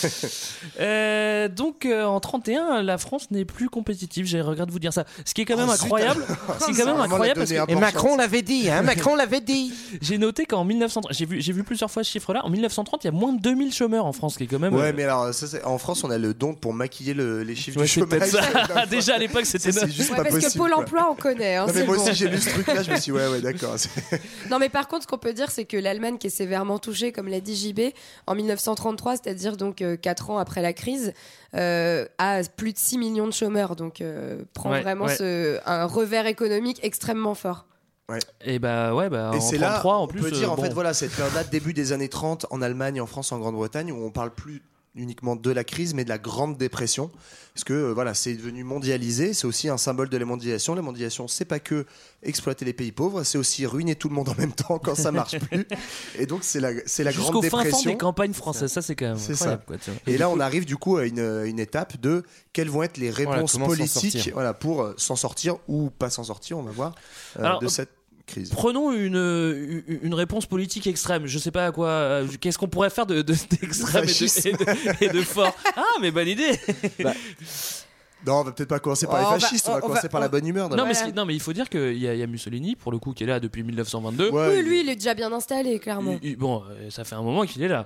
Speaker 7: Donc en 31, la France n'est plus compétitive. J'ai regret de vous dire ça. Ce qui est quand même incroyable. C'est quand même incroyable parce que
Speaker 8: et Macron l'avait dit, hein, Macron l'avait dit.
Speaker 7: J'ai noté qu'en 1930, j'ai vu plusieurs fois ce chiffre-là. En 1930, il y a moins de 2000 chômeurs en France, qui est quand même.
Speaker 9: Ouais, mais alors ça, en France, on a le don pour maquiller les chiffres du
Speaker 7: c'est
Speaker 9: chômage.
Speaker 7: peut-être ça. Déjà à l'époque, c'était
Speaker 9: c'est juste pas
Speaker 10: parce
Speaker 9: possible.
Speaker 10: que Pôle emploi, on connaît. Hein,
Speaker 9: non, mais
Speaker 10: c'est
Speaker 9: moi
Speaker 10: bon.
Speaker 9: aussi, j'ai lu ce truc-là. Je me suis dit, ouais, d'accord.
Speaker 10: Non, mais par contre, ce qu'on peut dire, c'est que l'Allemagne, qui est sévèrement touchée, comme l'a dit JB, en 1933, c'est-à-dire donc 4 ans après la crise, a plus de 6 millions de chômeurs. Donc, prend vraiment un revers économique extrêmement fort.
Speaker 9: Ouais.
Speaker 7: Et
Speaker 9: et
Speaker 7: en
Speaker 9: c'est
Speaker 7: 33
Speaker 9: là,
Speaker 7: en
Speaker 9: on
Speaker 7: plus.
Speaker 9: peut dire en fait voilà cette période-là, début des années 30 en Allemagne, en France, en Grande-Bretagne, où on parle plus uniquement de la crise, mais de la Grande Dépression, parce que voilà, c'est devenu mondialisé. C'est aussi un symbole de la mondialisation. La mondialisation, c'est pas que exploiter les pays pauvres, c'est aussi ruiner tout le monde en même temps quand ça marche plus. Et donc c'est la Grande Dépression.
Speaker 7: Jusqu'au fin fond des campagnes françaises, ça c'est quand même incroyable. Quoi,
Speaker 9: et là, on arrive du coup à une étape de quelles vont être les réponses politiques, pour s'en sortir ou pas s'en sortir. On va voir de cette crise.
Speaker 7: Prenons une réponse politique extrême. Je sais pas à quoi. Qu'est-ce qu'on pourrait faire d'extrême et de fort. Ah, mais bonne idée.
Speaker 9: Non, on va peut-être pas commencer par les fascistes, on va commencer par la bonne humeur.
Speaker 7: Non, mais il faut dire qu'il y a Mussolini, pour le coup, qui est là depuis 1922.
Speaker 10: Oui, lui, il est déjà bien installé, clairement.
Speaker 7: Bon, ça fait un moment qu'il est là.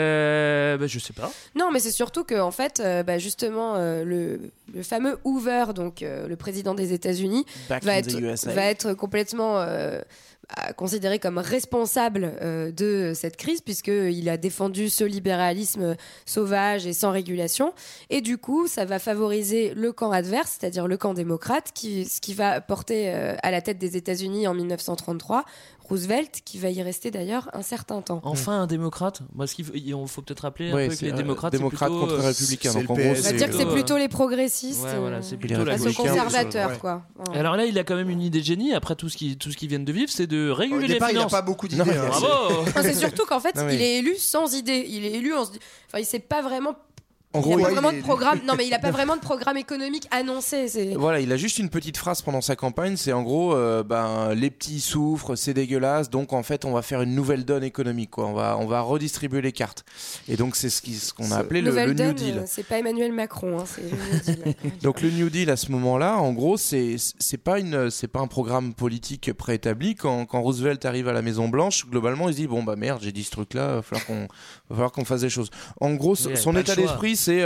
Speaker 7: Je sais pas.
Speaker 10: Non, mais c'est surtout que, en fait, justement, le fameux Hoover, donc le président des États-Unis, va être complètement considéré comme responsable de cette crise, puisqu'il a défendu ce libéralisme sauvage et sans régulation. Et du coup, ça va favoriser le camp adverse, c'est-à-dire le camp démocrate, ce qui va porter à la tête des États-Unis en 1933 Roosevelt, qui va y rester d'ailleurs un certain temps.
Speaker 7: Enfin un démocrate. Parce qu'il faut peut-être rappeler un peu que les démocrates,
Speaker 8: démocrates
Speaker 7: plutôt,
Speaker 8: contre les républicains. Donc en gros,
Speaker 10: on va dire que c'est plutôt les progressistes,
Speaker 7: c'est plutôt la
Speaker 10: les conservateurs, quoi.
Speaker 7: Ouais. Alors là, il a quand même une idée de génie. Après tout ce qu'ils viennent de vivre, c'est de réguler les finances.
Speaker 9: Il n'a pas beaucoup d'idées.
Speaker 7: Bravo.
Speaker 10: C'est surtout qu'en fait, il est élu sans idée. Il est élu, il sait pas vraiment.
Speaker 8: En gros,
Speaker 10: il n'a pas vraiment de programme économique annoncé.
Speaker 8: Voilà, il a juste une petite phrase pendant sa campagne, c'est en gros, les petits souffrent, c'est dégueulasse, donc en fait, on va faire une nouvelle donne économique, quoi. On va redistribuer les cartes. Et donc, c'est ce qu'on a appelé le New Deal.
Speaker 10: C'est pas Emmanuel Macron, c'est le New Deal.
Speaker 8: Donc le New Deal à ce moment-là, en gros, c'est pas un programme politique préétabli. Quand Roosevelt arrive à la Maison Blanche, globalement, il se dit bon bah merde, j'ai dit ce truc-là, va falloir qu'on fasse des choses. En gros, son état d'esprit, c'est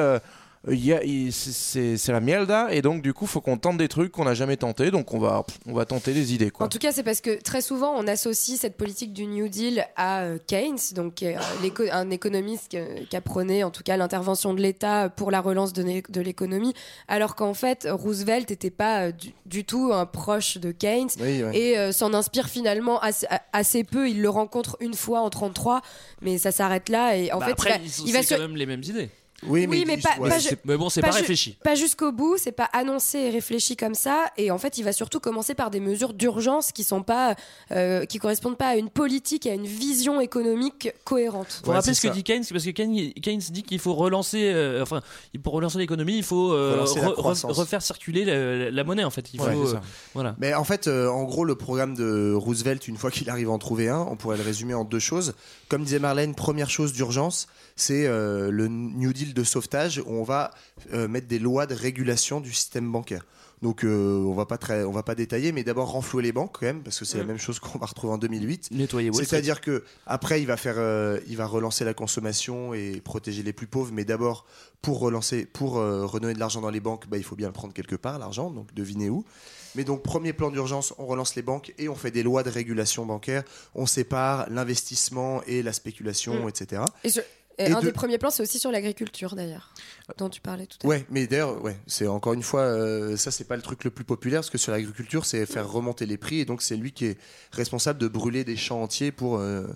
Speaker 8: la mierda, et donc du coup faut qu'on tente des trucs qu'on n'a jamais tenté, donc on va tenter des idées, quoi.
Speaker 10: En tout cas, c'est parce que très souvent on associe cette politique du New Deal à Keynes, donc un économiste qui apprenait en tout cas l'intervention de l'État pour la relance de l'économie, alors qu'en fait Roosevelt n'était pas du tout un proche de Keynes, et s'en inspire finalement assez peu. Il le rencontre une fois en 1933, mais ça s'arrête là, et en fait
Speaker 7: après, il va quand même les mêmes idées.
Speaker 10: Oui, mais
Speaker 7: bon, c'est pas réfléchi.
Speaker 10: Pas jusqu'au bout, c'est pas annoncé et réfléchi comme ça. Et en fait, il va surtout commencer par des mesures d'urgence qui correspondent pas à une politique, à une vision économique cohérente.
Speaker 7: Faut rappeler ce que dit Keynes, parce que Keynes dit qu'il faut relancer, pour relancer l'économie, il faut refaire circuler la monnaie, en fait. Voilà.
Speaker 9: Mais en fait, en gros, le programme de Roosevelt, une fois qu'il arrive à en trouver un, on pourrait le résumer en 2 choses. Comme disait Marlène, première chose d'urgence, c'est le New Deal de sauvetage, où on va mettre des lois de régulation du système bancaire. Donc on va pas détailler, mais d'abord renflouer les banques quand même, parce que c'est la même chose qu'on va retrouver en 2008.
Speaker 7: Nettoyer Wall Street.
Speaker 9: C'est-à-dire que après il va relancer la consommation et protéger les plus pauvres, mais d'abord pour redonner de l'argent dans les banques, il faut bien le prendre quelque part, l'argent, donc devinez où. Mais donc premier plan d'urgence, on relance les banques et on fait des lois de régulation bancaire, on sépare l'investissement et la spéculation, etc.
Speaker 10: Et un des premiers plans, c'est aussi sur l'agriculture, d'ailleurs, dont tu parlais tout à l'heure.
Speaker 9: Ouais, mais d'ailleurs, c'est encore une fois, ça, c'est pas le truc le plus populaire, parce que sur l'agriculture, c'est faire remonter les prix, et donc c'est lui qui est responsable de brûler des champs entiers pour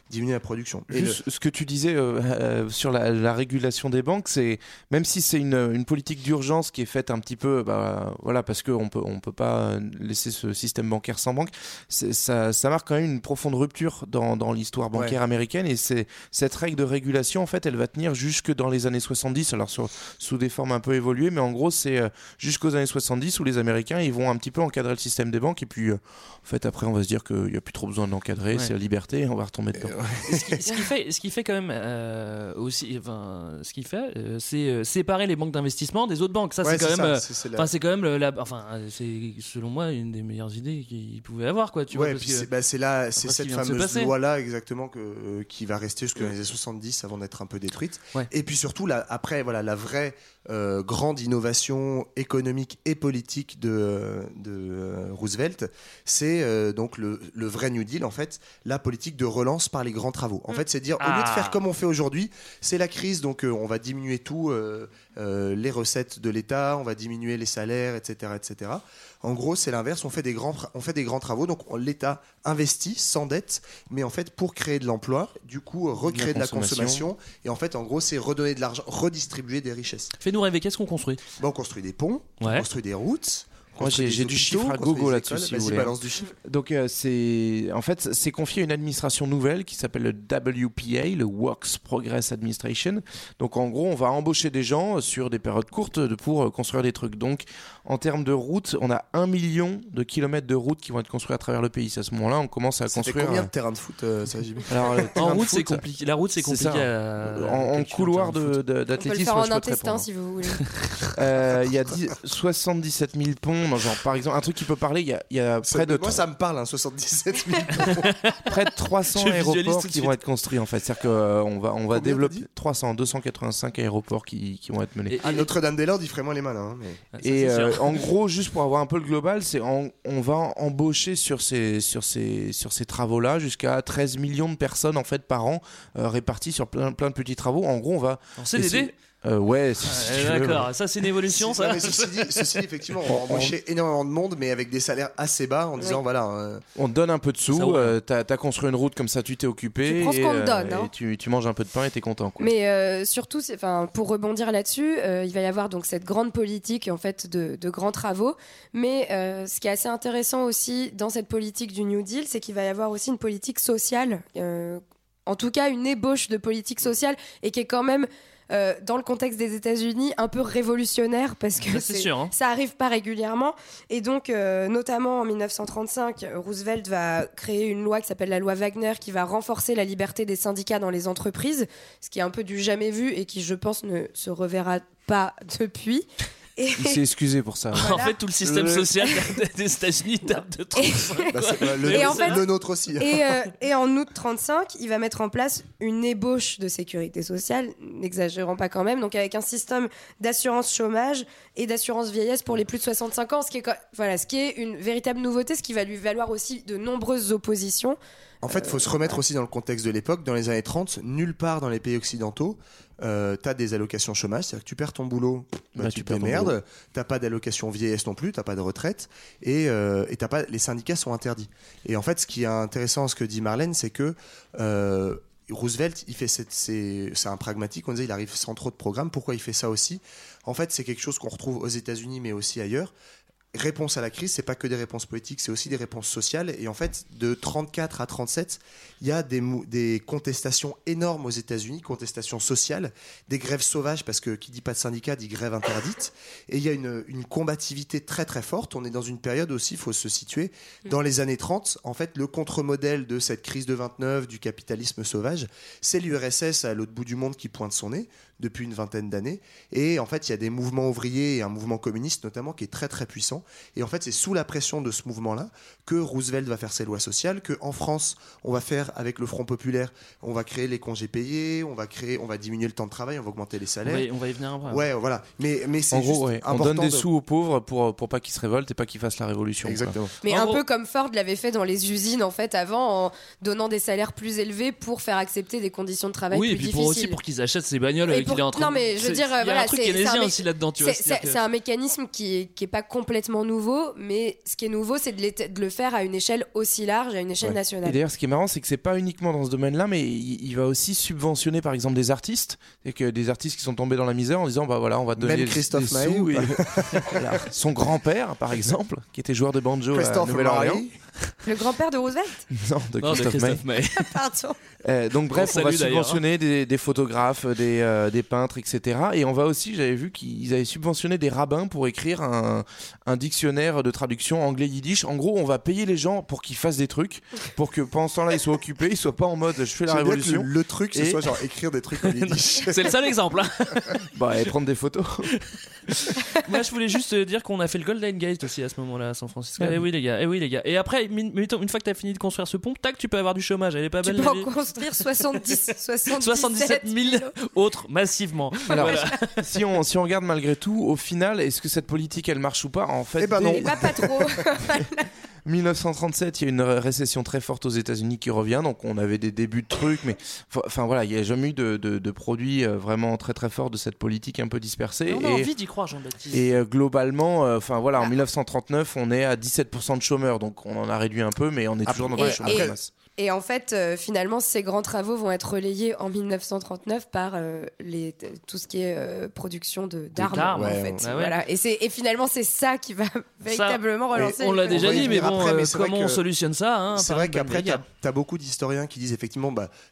Speaker 9: diminuer la production.
Speaker 8: Ce que tu disais sur la régulation des banques, c'est même si c'est une politique d'urgence qui est faite un petit peu, voilà, parce qu'on peut pas laisser ce système bancaire sans banque, ça marque quand même une profonde rupture dans l'histoire bancaire américaine, et cette règle de régulation, en fait, elle va tenir jusque dans les années 70, alors sous des formes un peu évoluées, mais en gros, c'est jusqu'aux années 70 où les Américains, ils vont un petit peu encadrer le système des banques, et puis en fait, après, on va se dire qu'il n'y a plus trop besoin de l'encadrer, c'est la liberté, on va retomber dedans.
Speaker 7: Ce qui fait quand même aussi, ce qui fait, c'est séparer les banques d'investissement des autres banques. Ça, c'est quand même, c'est quand même, c'est selon moi une des meilleures idées qu'ils pouvaient avoir, quoi. Tu vois, parce que
Speaker 9: c'est cette fameuse loi-là exactement qui va rester jusqu'aux années 70 avant d'être un peu détruite. Et puis surtout, après, voilà, la vraie grande innovation économique et politique de Roosevelt, c'est donc le vrai New Deal, en fait, la politique de relance par les grands travaux. En fait, c'est dire, au lieu de faire comme on fait aujourd'hui, c'est la crise, donc on va diminuer tout, les recettes de l'État, on va diminuer les salaires, etc., etc. En gros, c'est l'inverse, on fait des grands travaux, donc l'État investit sans dette, mais en fait, pour créer de l'emploi, du coup, recréer de la consommation, et en fait, en gros, c'est redonner de l'argent, redistribuer des richesses.
Speaker 7: Fais-nous rêver, qu'est-ce qu'on construit ?
Speaker 9: On construit des ponts, on construit des routes.
Speaker 8: Moi, j'ai du chiffre à gogo là-dessus, si vous voulez.
Speaker 9: Balance du chiffre.
Speaker 8: Donc, c'est confié à une administration nouvelle qui s'appelle le WPA, le Works Progress Administration. Donc, en gros, on va embaucher des gens sur des périodes courtes pour construire des trucs. Donc, en termes de routes, on a 1 million de kilomètres de routes qui vont être construits à travers le pays. À ce moment-là, on commence à construire.
Speaker 9: Ça fait combien de terrains de foot, ça, JB ?
Speaker 7: Alors, en route, c'est compliqué. La route, c'est compliqué.
Speaker 8: En couloir d'athlétisme,
Speaker 10: on peut le faire en intestin, si vous voulez.
Speaker 8: Il y a 77 000 ponts. Genre, par exemple, un truc qui peut parler, il y a près de...
Speaker 9: Moi, ça me parle, 77 000.
Speaker 8: Près de 300 aéroports qui vont être construits, en fait. C'est-à-dire qu'on va développer 285 aéroports qui vont être menés.
Speaker 9: À Notre-Dame-des-Landes, ils feraient moins les malins.
Speaker 8: Et en gros, juste pour avoir un peu le global, on va embaucher sur ces travaux-là jusqu'à 13 millions de personnes, en fait, par an, réparties sur plein de petits travaux. En gros, on va...
Speaker 7: En CDD ?
Speaker 8: Ouais,
Speaker 7: d'accord, ça c'est une évolution, ça.
Speaker 9: Non, mais ceci dit, effectivement, on va embaucher énormément de monde, mais avec des salaires assez bas, en disant voilà.
Speaker 8: On te donne un peu de sous, t'as construit une route comme ça, tu t'es occupé.
Speaker 10: Tu prends ce qu'on te donne.
Speaker 8: Et tu manges un peu de pain et t'es content, quoi.
Speaker 10: Mais surtout, pour rebondir là-dessus, il va y avoir donc cette grande politique en fait de grands travaux. Mais ce qui est assez intéressant aussi dans cette politique du New Deal, c'est qu'il va y avoir aussi une politique sociale, en tout cas une ébauche de politique sociale, et qui est quand même dans le contexte des États-Unis un peu révolutionnaire, parce que ça arrive pas régulièrement. Et donc notamment en 1935, Roosevelt va créer une loi qui s'appelle la loi Wagner, qui va renforcer la liberté des syndicats dans les entreprises, ce qui est un peu du jamais vu et qui, je pense, ne se reverra pas depuis.
Speaker 8: Il s'est excusé pour ça.
Speaker 7: Voilà. En fait, tout le système social des États-Unis date de 35.
Speaker 9: Le nôtre aussi.
Speaker 10: Et en août 35, il va mettre en place une ébauche de sécurité sociale, n'exagérons pas quand même, donc avec un système d'assurance chômage et d'assurance vieillesse pour les plus de 65 ans, ce qui est une véritable nouveauté, ce qui va lui valoir aussi de nombreuses oppositions.
Speaker 9: En fait, il faut se remettre aussi dans le contexte de l'époque. Dans les années 30, nulle part dans les pays occidentaux, t'as des allocations chômage, c'est-à-dire que tu perds ton boulot, tu te démerdes, t'as pas d'allocation vieillesse non plus, t'as pas de retraite, et t'as pas, les syndicats sont interdits. Et en fait, ce qui est intéressant, ce que dit Marlène, c'est que Roosevelt, il fait c'est un pragmatique, on disait, il arrive sans trop de programmes. Pourquoi il fait ça aussi ? En fait, c'est quelque chose qu'on retrouve aux États-Unis, mais aussi ailleurs. Réponse à la crise, c'est pas que des réponses politiques, c'est aussi des réponses sociales. Et en fait, de 34 à 37, il y a des contestations énormes aux États-Unis, contestations sociales, des grèves sauvages, parce que qui dit pas de syndicat dit grève interdite. Et il y a une combativité très très forte. On est dans une période aussi, il faut se situer, dans les années 30. En fait, le contre-modèle de cette crise de 29, du capitalisme sauvage, c'est l'URSS à l'autre bout du monde qui pointe son nez depuis une vingtaine d'années. Et en fait, il y a des mouvements ouvriers et un mouvement communiste notamment qui est très très puissant. Et en fait, c'est sous la pression de ce mouvement-là que Roosevelt va faire ses lois sociales, qu'en France, on va faire avec le Front populaire, on va créer les congés payés, on va diminuer le temps de travail, on va augmenter les salaires.
Speaker 7: On va y venir après.
Speaker 9: Ouais, voilà. Mais c'est
Speaker 8: en gros,
Speaker 9: juste
Speaker 8: on donne des sous aux pauvres pour pas qu'ils se révoltent et pas qu'ils fassent la révolution.
Speaker 9: Exactement.
Speaker 8: Quoi.
Speaker 10: Mais peu comme Ford l'avait fait dans les usines en fait avant, en donnant des salaires plus élevés pour faire accepter des conditions de travail plus difficiles.
Speaker 7: Oui, et puis pour qu'ils achètent ces bagnoles qu'il est en train.
Speaker 10: Non, mais je veux dire,
Speaker 7: il y a un truc keynésien aussi là-dedans, tu vois.
Speaker 10: C'est un mécanisme qui est pas complètement complètement nouveau, mais ce qui est nouveau, c'est de le faire à une échelle aussi large, à une échelle nationale.
Speaker 8: Et d'ailleurs, ce qui est marrant, c'est que c'est pas uniquement dans ce domaine-là, mais il va aussi subventionner, par exemple, des artistes, et que des artistes qui sont tombés dans la misère en disant, bah voilà, on va te donner des sous. Voilà. Son grand-père, par exemple, qui était joueur de banjo à Nouvelle-Orléans.
Speaker 10: Le grand-père de Roosevelt ?
Speaker 8: Non, de Christophe Maé.
Speaker 10: Pardon.
Speaker 8: Donc bref, on va subventionner des photographes, des peintres, etc. Et on va aussi, j'avais vu qu'ils avaient subventionné des rabbins pour écrire un dictionnaire de traduction anglais-yiddish. En gros, on va payer les gens pour qu'ils fassent des trucs, pour que pendant ce temps-là, ils soient occupés, ils soient pas en mode je fais la révolution.
Speaker 9: Le truc, ce soit genre écrire des trucs en yiddish.
Speaker 7: C'est le seul exemple.
Speaker 8: Bah, et prendre des photos.
Speaker 7: Moi, je voulais juste dire qu'on a fait le Golden Gate aussi à ce moment-là à San Francisco. Eh oui les gars. Et après, une fois que t'as fini de construire ce pont, tac, tu peux avoir du chômage. Elle est pas belle.
Speaker 10: Tu peux en construire 77
Speaker 7: 000 autres massivement.
Speaker 8: Alors, voilà. si on regarde malgré tout, au final, est-ce que cette politique elle marche ou pas ? En fait,
Speaker 10: non. Pas trop.
Speaker 8: 1937, il y a une récession très forte aux États-Unis qui revient, donc on avait des débuts de trucs, mais enfin voilà, il n'y a jamais eu de produits vraiment très très forts de cette politique un peu dispersée.
Speaker 7: On a envie d'y croire, Jean-Baptiste.
Speaker 8: Et globalement, en 1939, on est à 17% de chômeurs, donc on en a réduit un peu, mais on est toujours dans le chômage de masse.
Speaker 10: Et en fait, finalement, ces grands travaux vont être relayés en 1939 par tout ce qui est production d'armes.
Speaker 7: Ouais,
Speaker 10: en fait. Voilà. Et finalement, c'est ça qui va véritablement relancer.
Speaker 7: On l'a déjà dit, mais bon, comment on solutionne ça
Speaker 9: c'est vrai qu'après, t'as beaucoup d'historiens qui disent effectivement,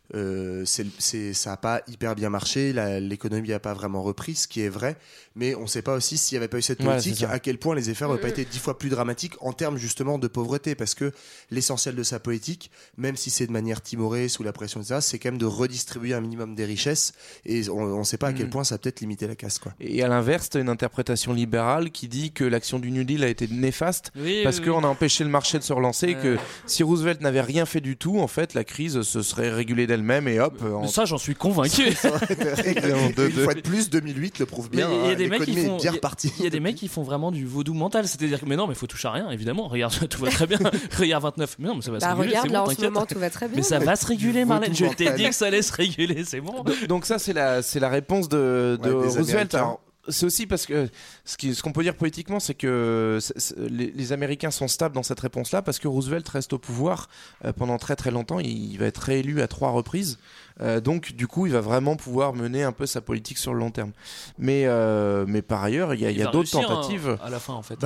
Speaker 9: ça n'a pas hyper bien marché, l'économie n'a pas vraiment repris, ce qui est vrai, mais on ne sait pas aussi s'il n'y avait pas eu cette politique, à quel point les effets n'auraient pas été 10 fois plus dramatiques en termes justement de pauvreté, parce que l'essentiel de sa politique, même si c'est de manière timorée, sous la pression, etc., c'est quand même de redistribuer un minimum des richesses, et on ne sait pas à quel point ça a peut-être limité la casse, quoi.
Speaker 8: Et à l'inverse, tu as une interprétation libérale qui dit que l'action du New Deal a été néfaste, parce qu'on a empêché le marché de se relancer, et que si Roosevelt n'avait rien fait du tout, en fait, la crise se serait régulée d'elle-même, et hop...
Speaker 7: Ça, j'en suis convaincu.
Speaker 9: Une fois de plus, 2008 le prouve bien.
Speaker 7: Il y a des mecs qui font,
Speaker 9: bien reparti.
Speaker 7: Il y a des mecs qui font vraiment du vaudou mental, c'est-à-dire que mais non, mais faut toucher à rien, évidemment. Regarde, tout va très bien. Regarde 29, mais non, mais ça va se réguler.
Speaker 10: Regarde,
Speaker 7: c'est
Speaker 10: là
Speaker 7: bon,
Speaker 10: en ce moment, tout va très bien.
Speaker 7: Mais ça va se réguler, Marlène. Je t'ai dit que ça allait se réguler, c'est bon.
Speaker 8: Donc ça, c'est la réponse de Roosevelt. Alors, c'est aussi parce que ce qu'on peut dire politiquement, c'est que les Américains sont stables dans cette réponse-là parce que Roosevelt reste au pouvoir pendant très très longtemps. Il va être réélu à 3 reprises. Donc du coup, il va vraiment pouvoir mener un peu sa politique sur le long terme. Mais par ailleurs, il y a d'autres tentatives.
Speaker 7: À la fin, en fait.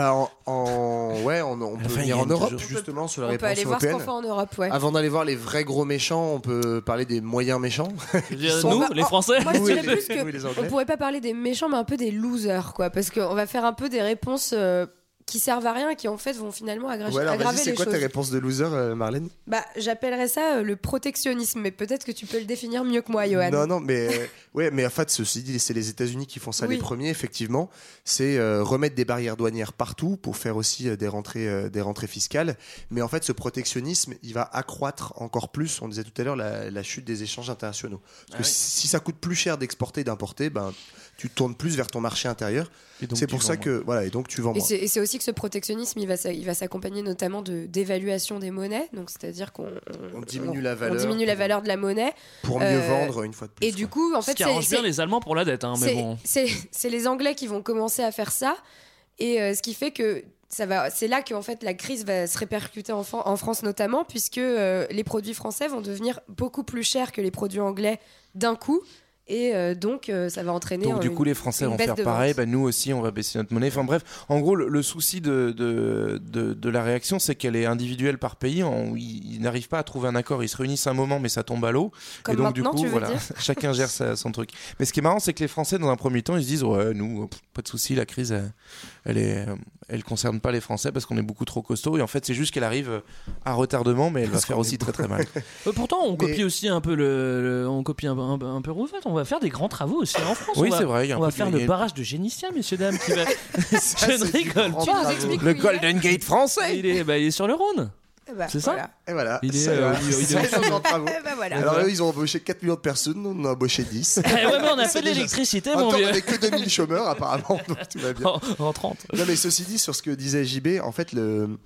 Speaker 9: On peut venir en Europe justement sur la réponse européenne.
Speaker 10: On peut aller voir ce qu'on fait en Europe, ouais.
Speaker 9: Avant d'aller voir les vrais gros méchants, on peut parler des moyens méchants.
Speaker 7: Nous, les Français.
Speaker 10: Moi, je dirais plus que on pourrait pas parler des méchants, mais un peu des losers, quoi, parce qu'on va faire un peu des réponses qui servent à rien, qui en fait vont finalement aggraver les choses.
Speaker 9: C'est quoi tes réponses de loser, Marlène ?
Speaker 10: J'appellerais ça le protectionnisme, mais peut-être que tu peux le définir mieux que moi, Johan.
Speaker 9: Non, mais mais en fait, ceci dit, c'est les États-Unis qui font ça les premiers, effectivement. C'est remettre des barrières douanières partout pour faire aussi des rentrées fiscales. Mais en fait, ce protectionnisme, il va accroître encore plus. On disait tout à l'heure la chute des échanges internationaux. Parce que si ça coûte plus cher d'exporter, d'importer, tu tournes plus vers ton marché intérieur. C'est pour ça que et donc tu vends moins.
Speaker 10: Et c'est aussi que ce protectionnisme, il va s'accompagner notamment d'évaluation des monnaies, donc c'est-à-dire qu'on
Speaker 9: diminue la valeur.
Speaker 10: On diminue la valeur de la monnaie
Speaker 9: pour mieux vendre une fois de plus.
Speaker 10: Et du coup, en fait,
Speaker 7: ce qui arrange bien les Allemands pour la dette, mais bon.
Speaker 10: C'est les Anglais qui vont commencer à faire ça, et ce qui fait que c'est là que en fait la crise va se répercuter en France notamment, puisque les produits français vont devenir beaucoup plus chers que les produits anglais d'un coup. Et donc ça va entraîner.
Speaker 8: Donc du coup les Français vont faire pareil, nous aussi on va baisser notre monnaie. Enfin bref, en gros le souci de la réaction, c'est qu'elle est individuelle par pays. Ils n'arrivent pas à trouver un accord. Ils se réunissent un moment, mais ça tombe à l'eau.
Speaker 10: Comme
Speaker 8: et donc
Speaker 10: maintenant,
Speaker 8: du coup chacun gère son truc. Mais ce qui est marrant, c'est que les Français dans un premier temps ils se disent nous pas de souci, la crise elle concerne pas les Français parce qu'on est beaucoup trop costaud. Et en fait c'est juste qu'elle arrive à retardement, mais elle va faire aussi très très mal.
Speaker 7: Pourtant on copie aussi un peu on copie un peu Roosevelt. On va faire des grands travaux aussi en France.
Speaker 8: Oui, c'est vrai.
Speaker 7: On va faire le barrage de Génicien, messieurs, dames. Je ne rigole pas.
Speaker 8: Le Golden Gate français.
Speaker 7: Il est sur le Rhône. C'est ça
Speaker 10: voilà.
Speaker 9: Et voilà.
Speaker 7: Il est,
Speaker 9: Ça,
Speaker 7: il est
Speaker 9: ça, en travaux.
Speaker 10: Voilà.
Speaker 9: Alors eux, ils ont embauché 4 millions de personnes, nous on a embauché 10.
Speaker 7: Eh ouais, mais on a fait de l'électricité,
Speaker 9: En
Speaker 7: mon
Speaker 9: même temps,
Speaker 7: vieux.
Speaker 9: on n'avait que 2000 chômeurs apparemment, donc tout va bien.
Speaker 7: En 30.
Speaker 9: Non mais ceci dit, sur ce que disait JB, en fait,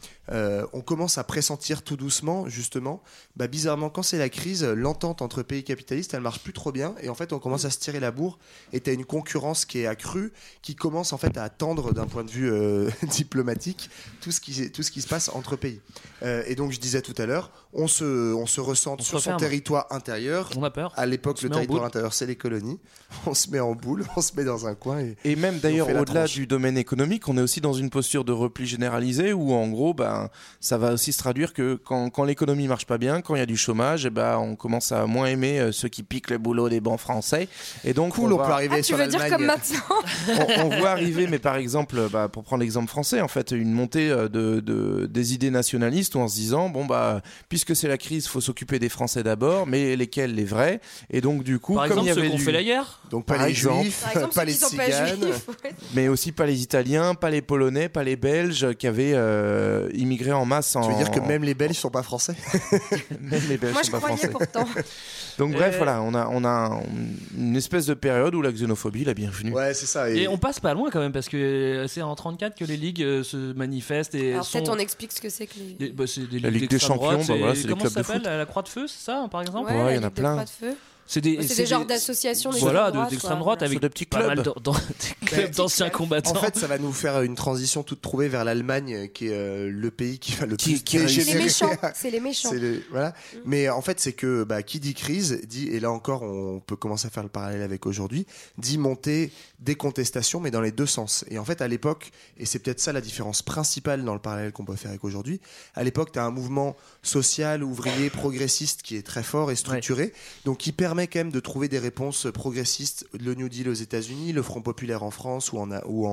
Speaker 9: on commence à pressentir tout doucement, justement, bizarrement, quand c'est la crise, l'entente entre pays capitalistes, elle marche plus trop bien, et en fait, on commence à se tirer la bourre, et t'as une concurrence qui est accrue, qui commence en fait à attendre d'un point de vue diplomatique tout ce qui se passe entre pays. Et donc, je disais tout à l'heure, on se ressent sur son territoire intérieur.
Speaker 7: On a peur.
Speaker 9: À l'époque, le territoire intérieur, c'est les colonies. On se met en boule, on se met dans un coin.
Speaker 8: Et même d'ailleurs, au-delà du domaine économique, on est aussi dans une posture de repli généralisé où en gros, ça va aussi se traduire que quand l'économie marche pas bien, quand il y a du chômage, on commence à moins aimer ceux qui piquent le boulot des bancs français. Et donc,
Speaker 9: on peut arriver sur l'Allemagne.
Speaker 10: Tu veux dire comme maintenant
Speaker 8: on voit arriver, mais par exemple, pour prendre l'exemple français, en fait, une montée des idées nationalistes où en se disant, puisque c'est la crise, faut s'occuper des Français d'abord, mais lesquels, les vrais. Et donc, du coup,
Speaker 7: par exemple, ceux qui ont fait la guerre.
Speaker 9: Donc pas les Juifs, pas les Tziganes,
Speaker 8: mais aussi pas les Italiens, pas les Polonais, pas les Belges qui avaient immigré en masse.
Speaker 9: Tu veux dire que même les Belges sont pas français?
Speaker 8: Même les Belges
Speaker 10: Moi,
Speaker 8: sont pas français.
Speaker 10: je croyais pourtant.
Speaker 8: Donc bref, voilà, on a une espèce de période où la xénophobie est la bienvenue.
Speaker 9: Ouais, c'est ça.
Speaker 7: Et on passe pas loin quand même parce que c'est en 34 que les ligues se manifestent. Et
Speaker 10: alors peut-être on explique ce que c'est que les.
Speaker 7: C'est des
Speaker 8: la Ligue des Champions,
Speaker 7: c'est
Speaker 8: les
Speaker 7: comment
Speaker 8: clubs
Speaker 7: ça
Speaker 8: de
Speaker 7: s'appelle
Speaker 8: foot.
Speaker 7: La Croix de Feu, c'est ça par exemple?
Speaker 8: Ouais, il y en a plein.
Speaker 7: C'est des
Speaker 10: genres d'associations
Speaker 7: d'extrême droite avec
Speaker 8: des petits
Speaker 7: pas
Speaker 8: clubs,
Speaker 7: mal des clubs d'anciens combattants.
Speaker 9: En fait, ça va nous faire une transition toute trouvée vers l'Allemagne, qui est le pays qui va le plus
Speaker 10: C'est les méchants. C'est les méchants.
Speaker 9: Voilà. Mais en fait, c'est que qui dit crise, dit, et là encore, on peut commencer à faire le parallèle avec aujourd'hui, dit montée des contestations, mais dans les deux sens. Et en fait, à l'époque, et c'est peut-être ça la différence principale dans le parallèle qu'on peut faire avec aujourd'hui, à l'époque, tu as un mouvement social, ouvrier, progressiste qui est très fort et structuré, donc qui permet quand même de trouver des réponses progressistes, le New Deal aux États-Unis, le Front populaire en France ou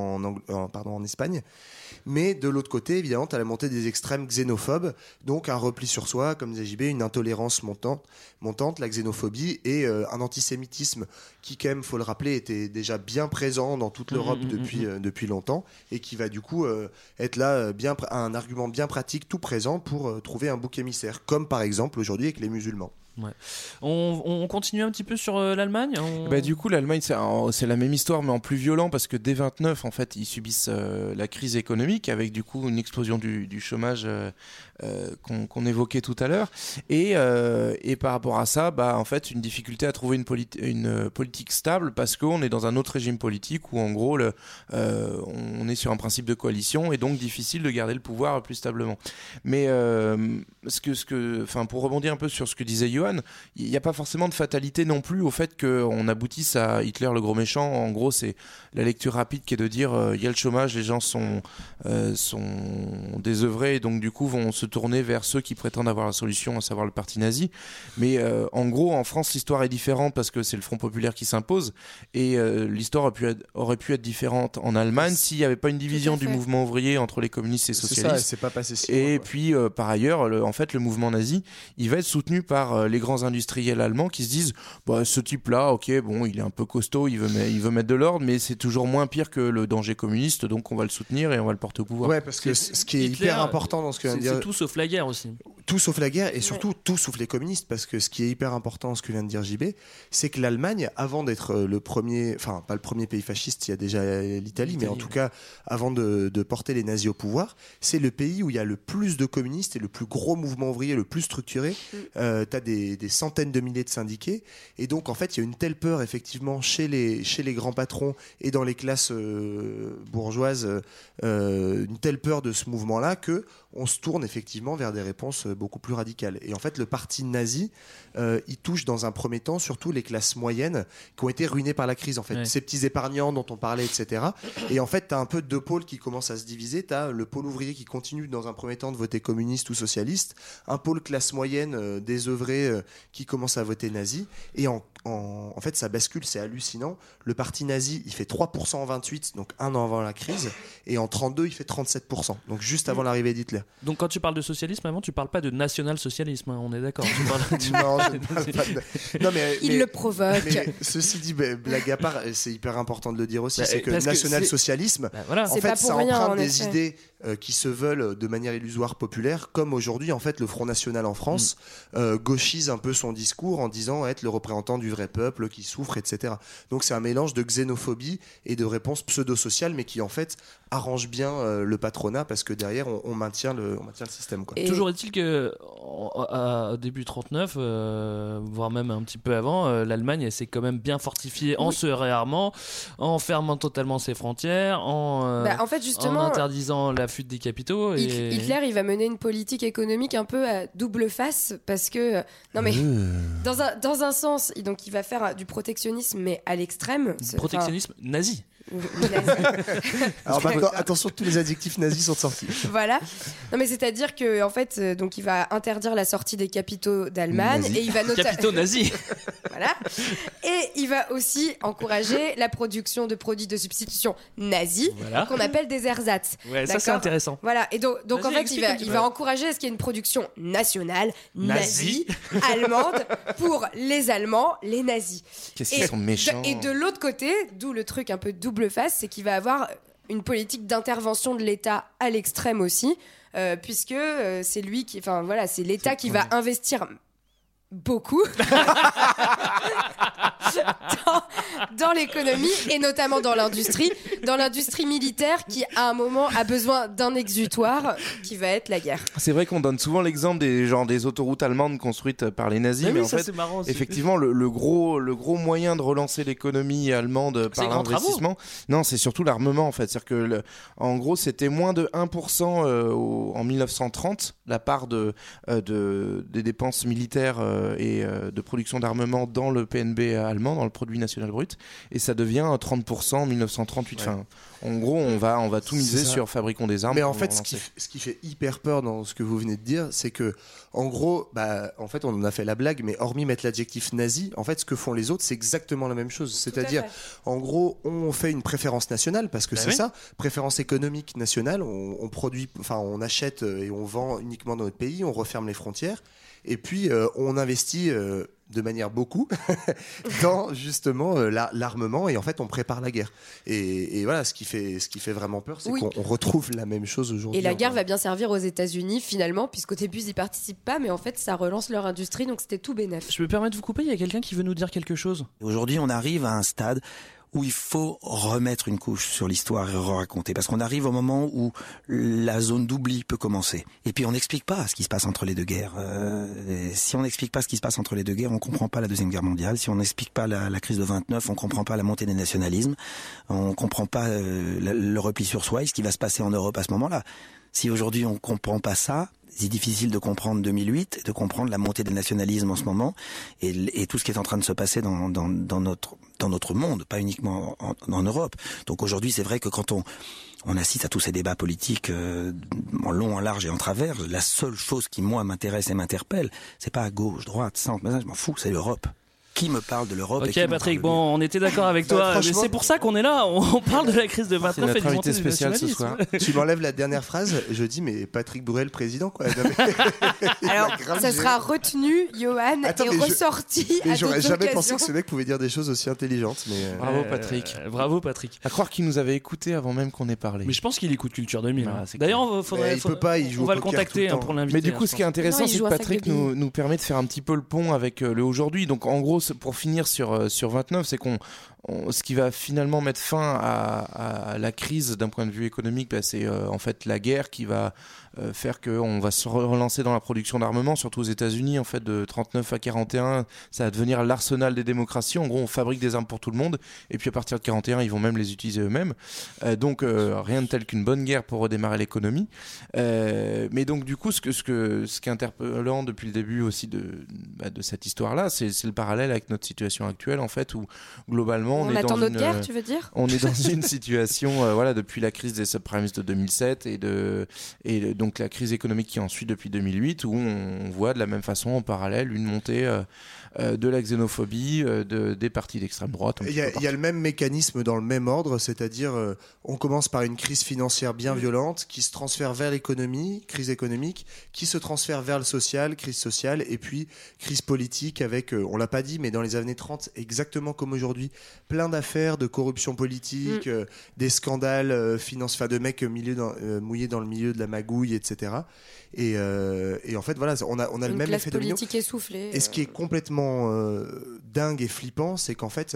Speaker 9: en Espagne. Mais de l'autre côté, évidemment, tu as la montée des extrêmes xénophobes, donc un repli sur soi, comme disait JB, une intolérance montante, la xénophobie et un antisémitisme qui, quand même, faut le rappeler, était déjà bien présent dans toute l'Europe depuis longtemps et qui va du coup être là un argument bien pratique, tout présent pour trouver un bouc émissaire, comme par exemple aujourd'hui avec les musulmans.
Speaker 7: Ouais. On continue un petit peu sur l'Allemagne.
Speaker 8: Du coup, l'Allemagne, c'est la même histoire, mais en plus violent, parce que dès 29, en fait, ils subissent la crise économique avec du coup une explosion du chômage qu'on évoquait tout à l'heure, et par rapport à ça, en fait, une difficulté à trouver une politique stable, parce qu'on est dans un autre régime politique où, en gros, on est sur un principe de coalition, et donc difficile de garder le pouvoir plus stablement. Mais pour rebondir un peu sur ce que disait Johan, il n'y a pas forcément de fatalité non plus au fait qu'on aboutisse à Hitler le gros méchant. En gros, c'est la lecture rapide qui est de dire il y a le chômage, les gens sont désœuvrés et donc du coup vont se tourner vers ceux qui prétendent avoir la solution, à savoir le parti nazi. Mais en gros, en France, l'histoire est différente parce que c'est le Front populaire qui s'impose, et l'histoire aurait pu être différente en Allemagne s'il n'y avait pas une division du mouvement ouvrier entre les communistes et socialistes.
Speaker 9: C'est ça, c'est pas passé si
Speaker 8: et
Speaker 9: loin,
Speaker 8: puis par ailleurs, en fait, le mouvement nazi, il va être soutenu par les grands industriels allemands qui se disent ce type-là, il est un peu costaud, il veut mettre de l'ordre, mais c'est toujours moins pire que le danger communiste, donc on va le soutenir et on va le porter au pouvoir.
Speaker 9: Ouais, parce que ce qui est hyper important dans ce que vient de dire,
Speaker 7: c'est tout sauf la guerre aussi.
Speaker 9: Tout sauf la guerre, et surtout tout sauf les communistes, parce que ce qui est hyper important dans ce que vient de dire JB, c'est que l'Allemagne, avant d'être le premier, enfin pas le premier pays fasciste, il y a déjà l'Italie, mais en tout cas avant de porter les nazis au pouvoir, c'est le pays où il y a le plus de communistes et le plus gros mouvement ouvrier, le plus structuré. T'as des centaines de milliers de syndiqués, et donc en fait il y a une telle peur effectivement chez les grands patrons et dans les classes bourgeoises, une telle peur de ce mouvement-là que on se tourne effectivement vers des réponses beaucoup plus radicales. Et en fait, le parti nazi, il touche dans un premier temps surtout les classes moyennes qui ont été ruinées par la crise, en fait. Ouais. Ces petits épargnants dont on parlait, etc. Et en fait, tu as un peu deux pôles qui commencent à se diviser. Tu as le pôle ouvrier qui continue dans un premier temps de voter communiste ou socialiste, un pôle classe moyenne désœuvré qui commence à voter nazi. Et en fait, ça bascule, c'est hallucinant. Le parti nazi, il fait 3% en 28, donc un an avant la crise, et en 32, il fait 37%, donc juste avant l'arrivée d'Hitler.
Speaker 7: Donc quand tu parles de socialisme, avant, tu parles pas pas de national-socialisme, hein, on est d'accord.
Speaker 9: Non, mais
Speaker 10: il le provoque.
Speaker 9: Mais ceci dit, blague à part, c'est hyper important de le dire aussi, c'est que le national-socialisme,
Speaker 7: voilà.
Speaker 9: en fait, ça emprunte des idées qui se veulent de manière illusoire populaire, comme aujourd'hui, en fait, le Front National en France gauchise un peu son discours en disant être le représentant du vrai peuple qui souffre, etc. Donc c'est un mélange de xénophobie et de réponses pseudo-sociales, mais qui en fait arrange bien le patronat, parce que derrière on maintient le système, quoi.
Speaker 7: Toujours est-il que à début 39, voire même un petit peu avant, l'Allemagne elle s'est quand même bien fortifiée en se réarmant, en fermant totalement ses frontières, en fait, justement, en interdisant la fuite des capitaux.
Speaker 10: Hitler, il va mener une politique économique un peu à double face, parce que dans un sens, donc il va faire du protectionnisme, mais à l'extrême.
Speaker 7: Protectionnisme nazi.
Speaker 9: Alors maintenant, attention, tous les adjectifs nazis sont sortis.
Speaker 10: Voilà. Non, mais c'est-à-dire que en fait, donc il va interdire la sortie des capitaux d'Allemagne et il va
Speaker 7: capitaux nazis.
Speaker 10: Voilà. Et il va aussi encourager la production de produits de substitution nazis, qu'on appelle des ersatz.
Speaker 7: Ouais, ça c'est intéressant.
Speaker 10: Voilà. Et donc en fait, il va encourager à ce qu'il y ait une production nationale nazie allemande pour les Allemands, les nazis.
Speaker 8: Qu'est-ce qu'ils sont méchants.
Speaker 10: Et de l'autre côté, d'où le truc un peu double face, c'est qu'il va avoir une politique d'intervention de l'État à l'extrême aussi, puisque c'est lui qui, enfin voilà, c'est l'État qui va investir beaucoup dans l'économie et notamment dans l'industrie militaire qui à un moment a besoin d'un exutoire qui va être la guerre.
Speaker 8: C'est vrai qu'on donne souvent l'exemple des autoroutes allemandes construites par les nazis, mais en fait, effectivement, le gros moyen de relancer l'économie allemande par l'investissement, non, c'est surtout l'armement en fait. C'est-à-dire que en gros, c'était moins de 1% en 1930 la part des dépenses militaires et de production d'armement dans le PNB allemand, dans le produit national brut, et ça devient 30% en 1938. Enfin, en gros, on va tout miser sur fabriquons des armes.
Speaker 9: Mais en fait, ce qui fait hyper peur dans ce que vous venez de dire, c'est que, en gros, en fait, on en a fait la blague, mais hormis mettre l'adjectif nazi, en fait, ce que font les autres, c'est exactement la même chose. C'est-à-dire, en gros, on fait une préférence nationale, parce que ça, préférence économique nationale, on produit, enfin, on achète et on vend uniquement dans notre pays, on referme les frontières. Et puis, on investit de manière beaucoup dans justement l'armement, et en fait, on prépare la guerre. Et voilà, ce qui fait vraiment peur, c'est qu'on retrouve la même chose aujourd'hui.
Speaker 10: Et la guerre va bien servir aux États-Unis finalement, puisqu'au début, ils n'y participent pas, mais en fait, ça relance leur industrie, donc c'était tout bénef.
Speaker 7: Je me permets de vous couper, il y a quelqu'un qui veut nous dire quelque chose.
Speaker 12: Aujourd'hui, on arrive à un stade où il faut remettre une couche sur l'histoire et raconter, parce qu'on arrive au moment où la zone d'oubli peut commencer. Et puis on n'explique pas ce qui se passe entre les deux guerres. Si on n'explique pas ce qui se passe entre les deux guerres, on comprend pas la Deuxième Guerre mondiale. Si on n'explique pas la crise de 29, on comprend pas la montée des nationalismes. On comprend pas le repli sur soi et ce qui va se passer en Europe à ce moment-là. Si aujourd'hui on comprend pas ça, c'est difficile de comprendre 2008 et de comprendre la montée des nationalismes en ce moment et tout ce qui est en train de se passer dans notre monde, pas uniquement en Europe. Donc aujourd'hui, c'est vrai que quand on assiste à tous ces débats politiques en long, en large et en travers, la seule chose qui, moi, m'intéresse et m'interpelle, c'est pas à gauche, droite, centre, je m'en fous, c'est l'Europe. Qui me parle de l'Europe?
Speaker 7: Ok, Patrick, bon, on était d'accord avec toi, mais c'est pour ça qu'on est là, on parle de la crise de 29 et du montée des nationalismes.
Speaker 9: Tu m'enlèves la dernière phrase, je dis, mais Patrick Bruel, président, quoi.
Speaker 10: Alors, ça sera retenu, Johan, et ressorti à d'autres occasions.
Speaker 9: J'aurais jamais pensé que ce mec pouvait dire des choses aussi intelligentes. Mais
Speaker 8: Bravo, Patrick.
Speaker 7: Bravo, Patrick.
Speaker 8: À croire qu'il nous avait écouté avant même qu'on ait parlé.
Speaker 7: Mais je pense qu'il écoute Culture 2000. Voilà, d'ailleurs,
Speaker 9: il peut pas, il joue
Speaker 7: on va le contacter pour l'inviter.
Speaker 8: Mais du coup, ce qui est intéressant, c'est que Patrick nous permet de faire un petit peu le pont avec le aujourd'hui. Donc, en gros, pour finir sur 29, c'est ce qui va finalement mettre fin à la crise d'un point de vue économique, c'est en fait la guerre qui va faire qu'on va se relancer dans la production d'armement, surtout aux États-Unis. En fait, de 39 à 41, ça va devenir l'arsenal des démocraties. En gros, on fabrique des armes pour tout le monde, et puis à partir de 41, ils vont même les utiliser eux-mêmes. Donc rien de tel qu'une bonne guerre pour redémarrer l'économie. Mais donc du coup, ce qui est interpellant depuis le début aussi de cette histoire-là, c'est le parallèle avec notre situation actuelle, en fait, où globalement
Speaker 10: on attend notre guerre, tu veux dire ?
Speaker 8: On est dans une situation, depuis la crise des subprimes de 2007 et donc la crise économique qui en suit depuis 2008, où on voit de la même façon en parallèle une montée de la xénophobie, des partis d'extrême droite.
Speaker 9: Il y a le même mécanisme dans le même ordre, c'est-à-dire on commence par une crise financière bien violente qui se transfère vers l'économie, crise économique, qui se transfère vers le social, crise sociale, et puis crise politique avec, on l'a pas dit, mais dans les années 30, exactement comme aujourd'hui, plein d'affaires de corruption politique, des scandales financiers, de mecs mouillés dans le milieu de la magouille, etc. Et en fait, voilà, on a le même effet domino.
Speaker 10: Politique essoufflée.
Speaker 9: Et ce qui est complètement dingue et flippant, c'est qu'en fait,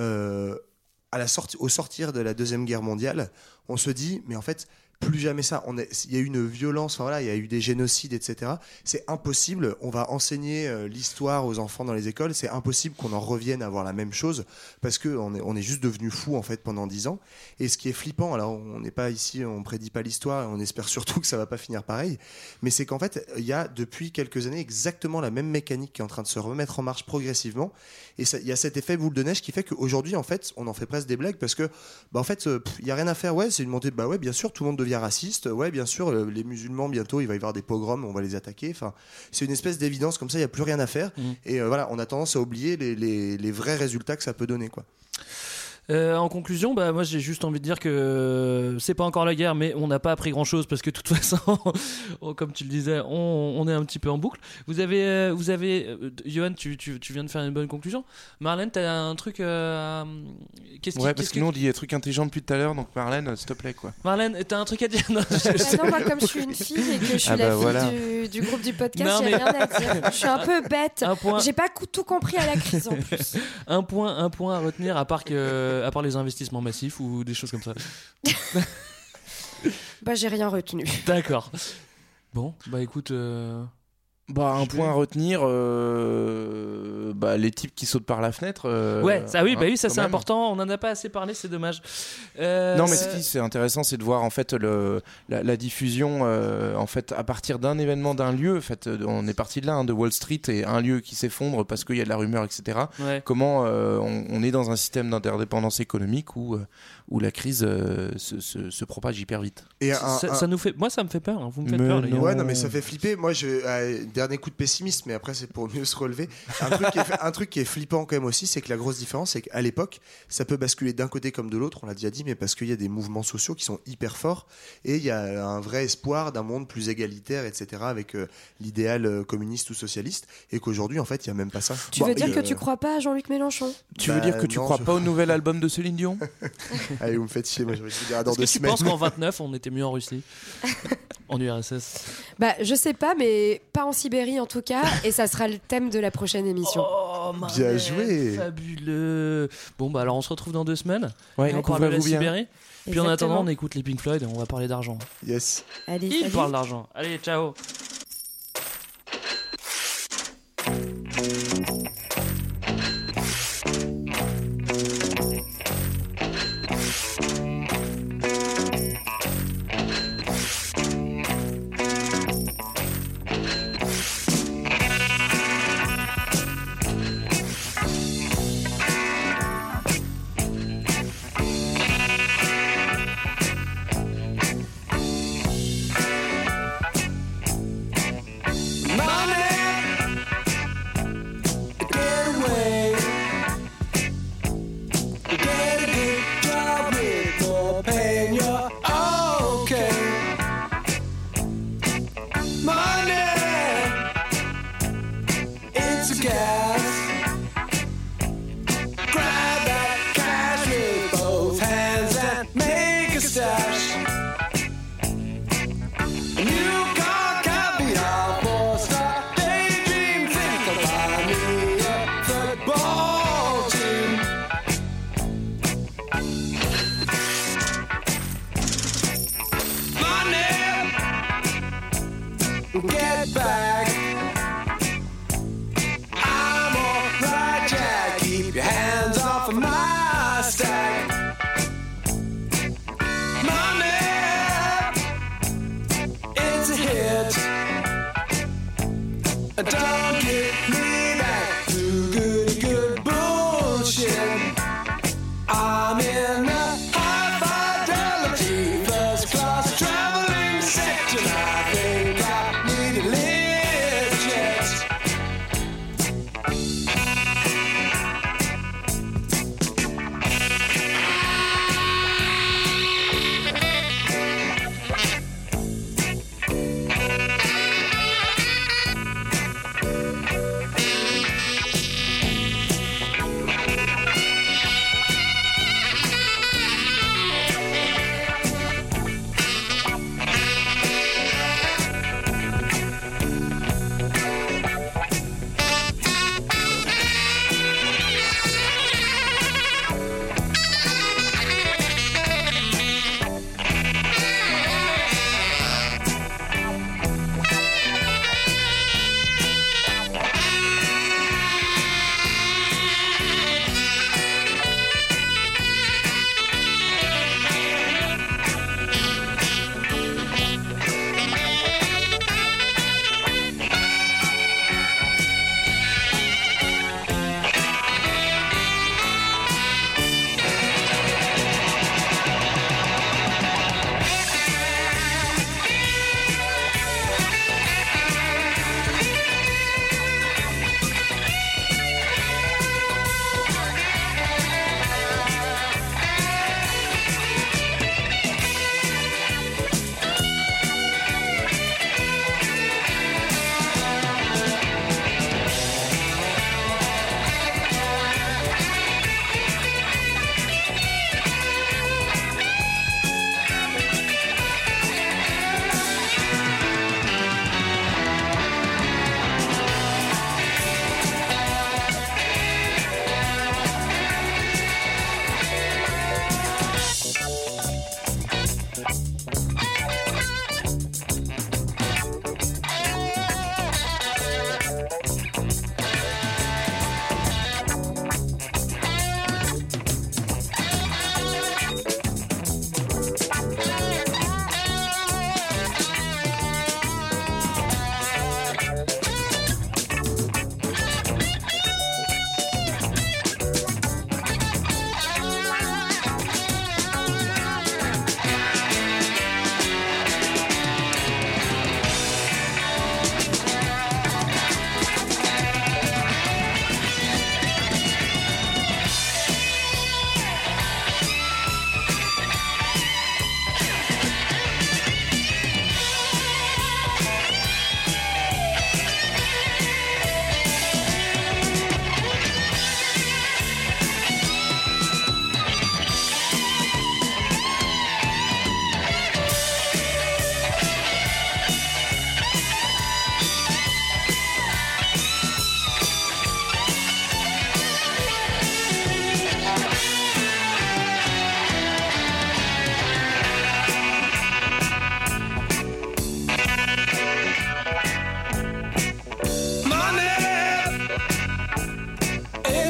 Speaker 9: au sortir de la Deuxième Guerre mondiale, on se dit, mais en fait, plus jamais ça. Il y a eu une violence, enfin voilà, il y a eu des génocides, etc. C'est impossible. On va enseigner l'histoire aux enfants dans les écoles. C'est impossible qu'on en revienne à voir la même chose parce que on est juste devenu fou en fait pendant 10 ans. Et ce qui est flippant, alors on n'est pas ici, on prédit pas l'histoire et on espère surtout que ça va pas finir pareil. Mais c'est qu'en fait, il y a depuis quelques années exactement la même mécanique qui est en train de se remettre en marche progressivement. Et il y a cet effet boule de neige qui fait qu'aujourd'hui, en fait, on en fait presque des blagues parce que, en fait, il y a rien à faire. Ouais, c'est une montée. Ouais, bien sûr, tout le monde devient raciste. Ouais, bien sûr, les musulmans, bientôt, il va y avoir des pogroms, on va les attaquer. Enfin, c'est une espèce d'évidence comme ça, il n'y a plus rien à faire. Et voilà, on a tendance à oublier les vrais résultats que ça peut donner, quoi.
Speaker 7: En conclusion, moi j'ai juste envie de dire que c'est pas encore la guerre, mais on n'a pas appris grand chose parce que de toute façon, comme tu le disais, on est un petit peu en boucle. Vous avez Johan, tu viens de faire une bonne conclusion. Marlène, t'as un truc.
Speaker 8: Parce que nous on dit des trucs intelligents depuis tout à l'heure, donc Marlène, s'il te plaît, quoi.
Speaker 7: Marlène, t'as un truc à dire? Non,
Speaker 10: moi, comme je suis une fille et que je suis fille du groupe du podcast, j'ai rien à dire. Je suis un peu bête. J'ai pas tout compris à la crise en plus.
Speaker 7: Un point à retenir, à part les investissements massifs ou des choses comme ça.
Speaker 10: J'ai rien retenu.
Speaker 7: D'accord. Bon, écoute.
Speaker 8: Un point à retenir, les types qui sautent par la fenêtre.
Speaker 7: Oui, ça c'est important. On n'en a pas assez parlé, c'est dommage.
Speaker 8: Non, mais ce qui c'est intéressant, c'est de voir en fait la diffusion en fait à partir d'un événement, d'un lieu. En fait, on est parti de là, de Wall Street et un lieu qui s'effondre parce qu'il y a de la rumeur, etc. Ouais. Comment on est dans un système d'interdépendance économique où la crise se propage hyper vite.
Speaker 7: Et ça nous fait, moi ça me fait peur. Hein. Vous me faites peur, les gars.
Speaker 9: Ouais, non, mais ça fait flipper. Moi, dernier coup de pessimisme, mais après c'est pour mieux se relever. Un truc qui est flippant quand même aussi, c'est que la grosse différence, c'est qu'à l'époque, ça peut basculer d'un côté comme de l'autre. On l'a déjà dit, mais parce qu'il y a des mouvements sociaux qui sont hyper forts et il y a un vrai espoir d'un monde plus égalitaire, etc. Avec l'idéal communiste ou socialiste, et qu'aujourd'hui, en fait, il y a même pas ça.
Speaker 10: Tu veux dire que tu crois pas à Jean-Luc Mélenchon?
Speaker 8: Tu veux dire que tu crois pas au nouvel album de Céline Dion?
Speaker 9: Allez, vous me faites chier. Moi, je vais vous dire dans 2
Speaker 7: semaines.
Speaker 9: Tu
Speaker 7: penses qu'en 29, on était mieux en Russie? En URSS?
Speaker 10: Je sais pas, mais pas en Sibérie en tout cas, et ça sera le thème de la prochaine émission.
Speaker 7: Oh,
Speaker 9: bien joué,
Speaker 7: fabuleux. Bon, alors on se retrouve dans 2 semaines.
Speaker 8: Ouais,
Speaker 7: et on parle de la Sibérie. Puis
Speaker 10: Exactement.
Speaker 7: en attendant, on écoute les Pink Floyd et on va parler d'argent.
Speaker 9: Yes.
Speaker 10: Allez,
Speaker 7: Il parle d'argent. Allez, ciao.
Speaker 13: Get back. I'm alright, Jack. Keep your hands off of my stack. Money, it's a hit. Don't get me back to good bullshit. I'm in a high fidelity first class traveling section.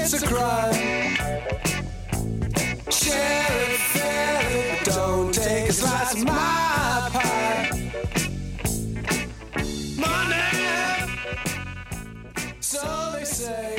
Speaker 13: it's a crime. Share it, share it, don't take a slice of my pie. Money, so they say.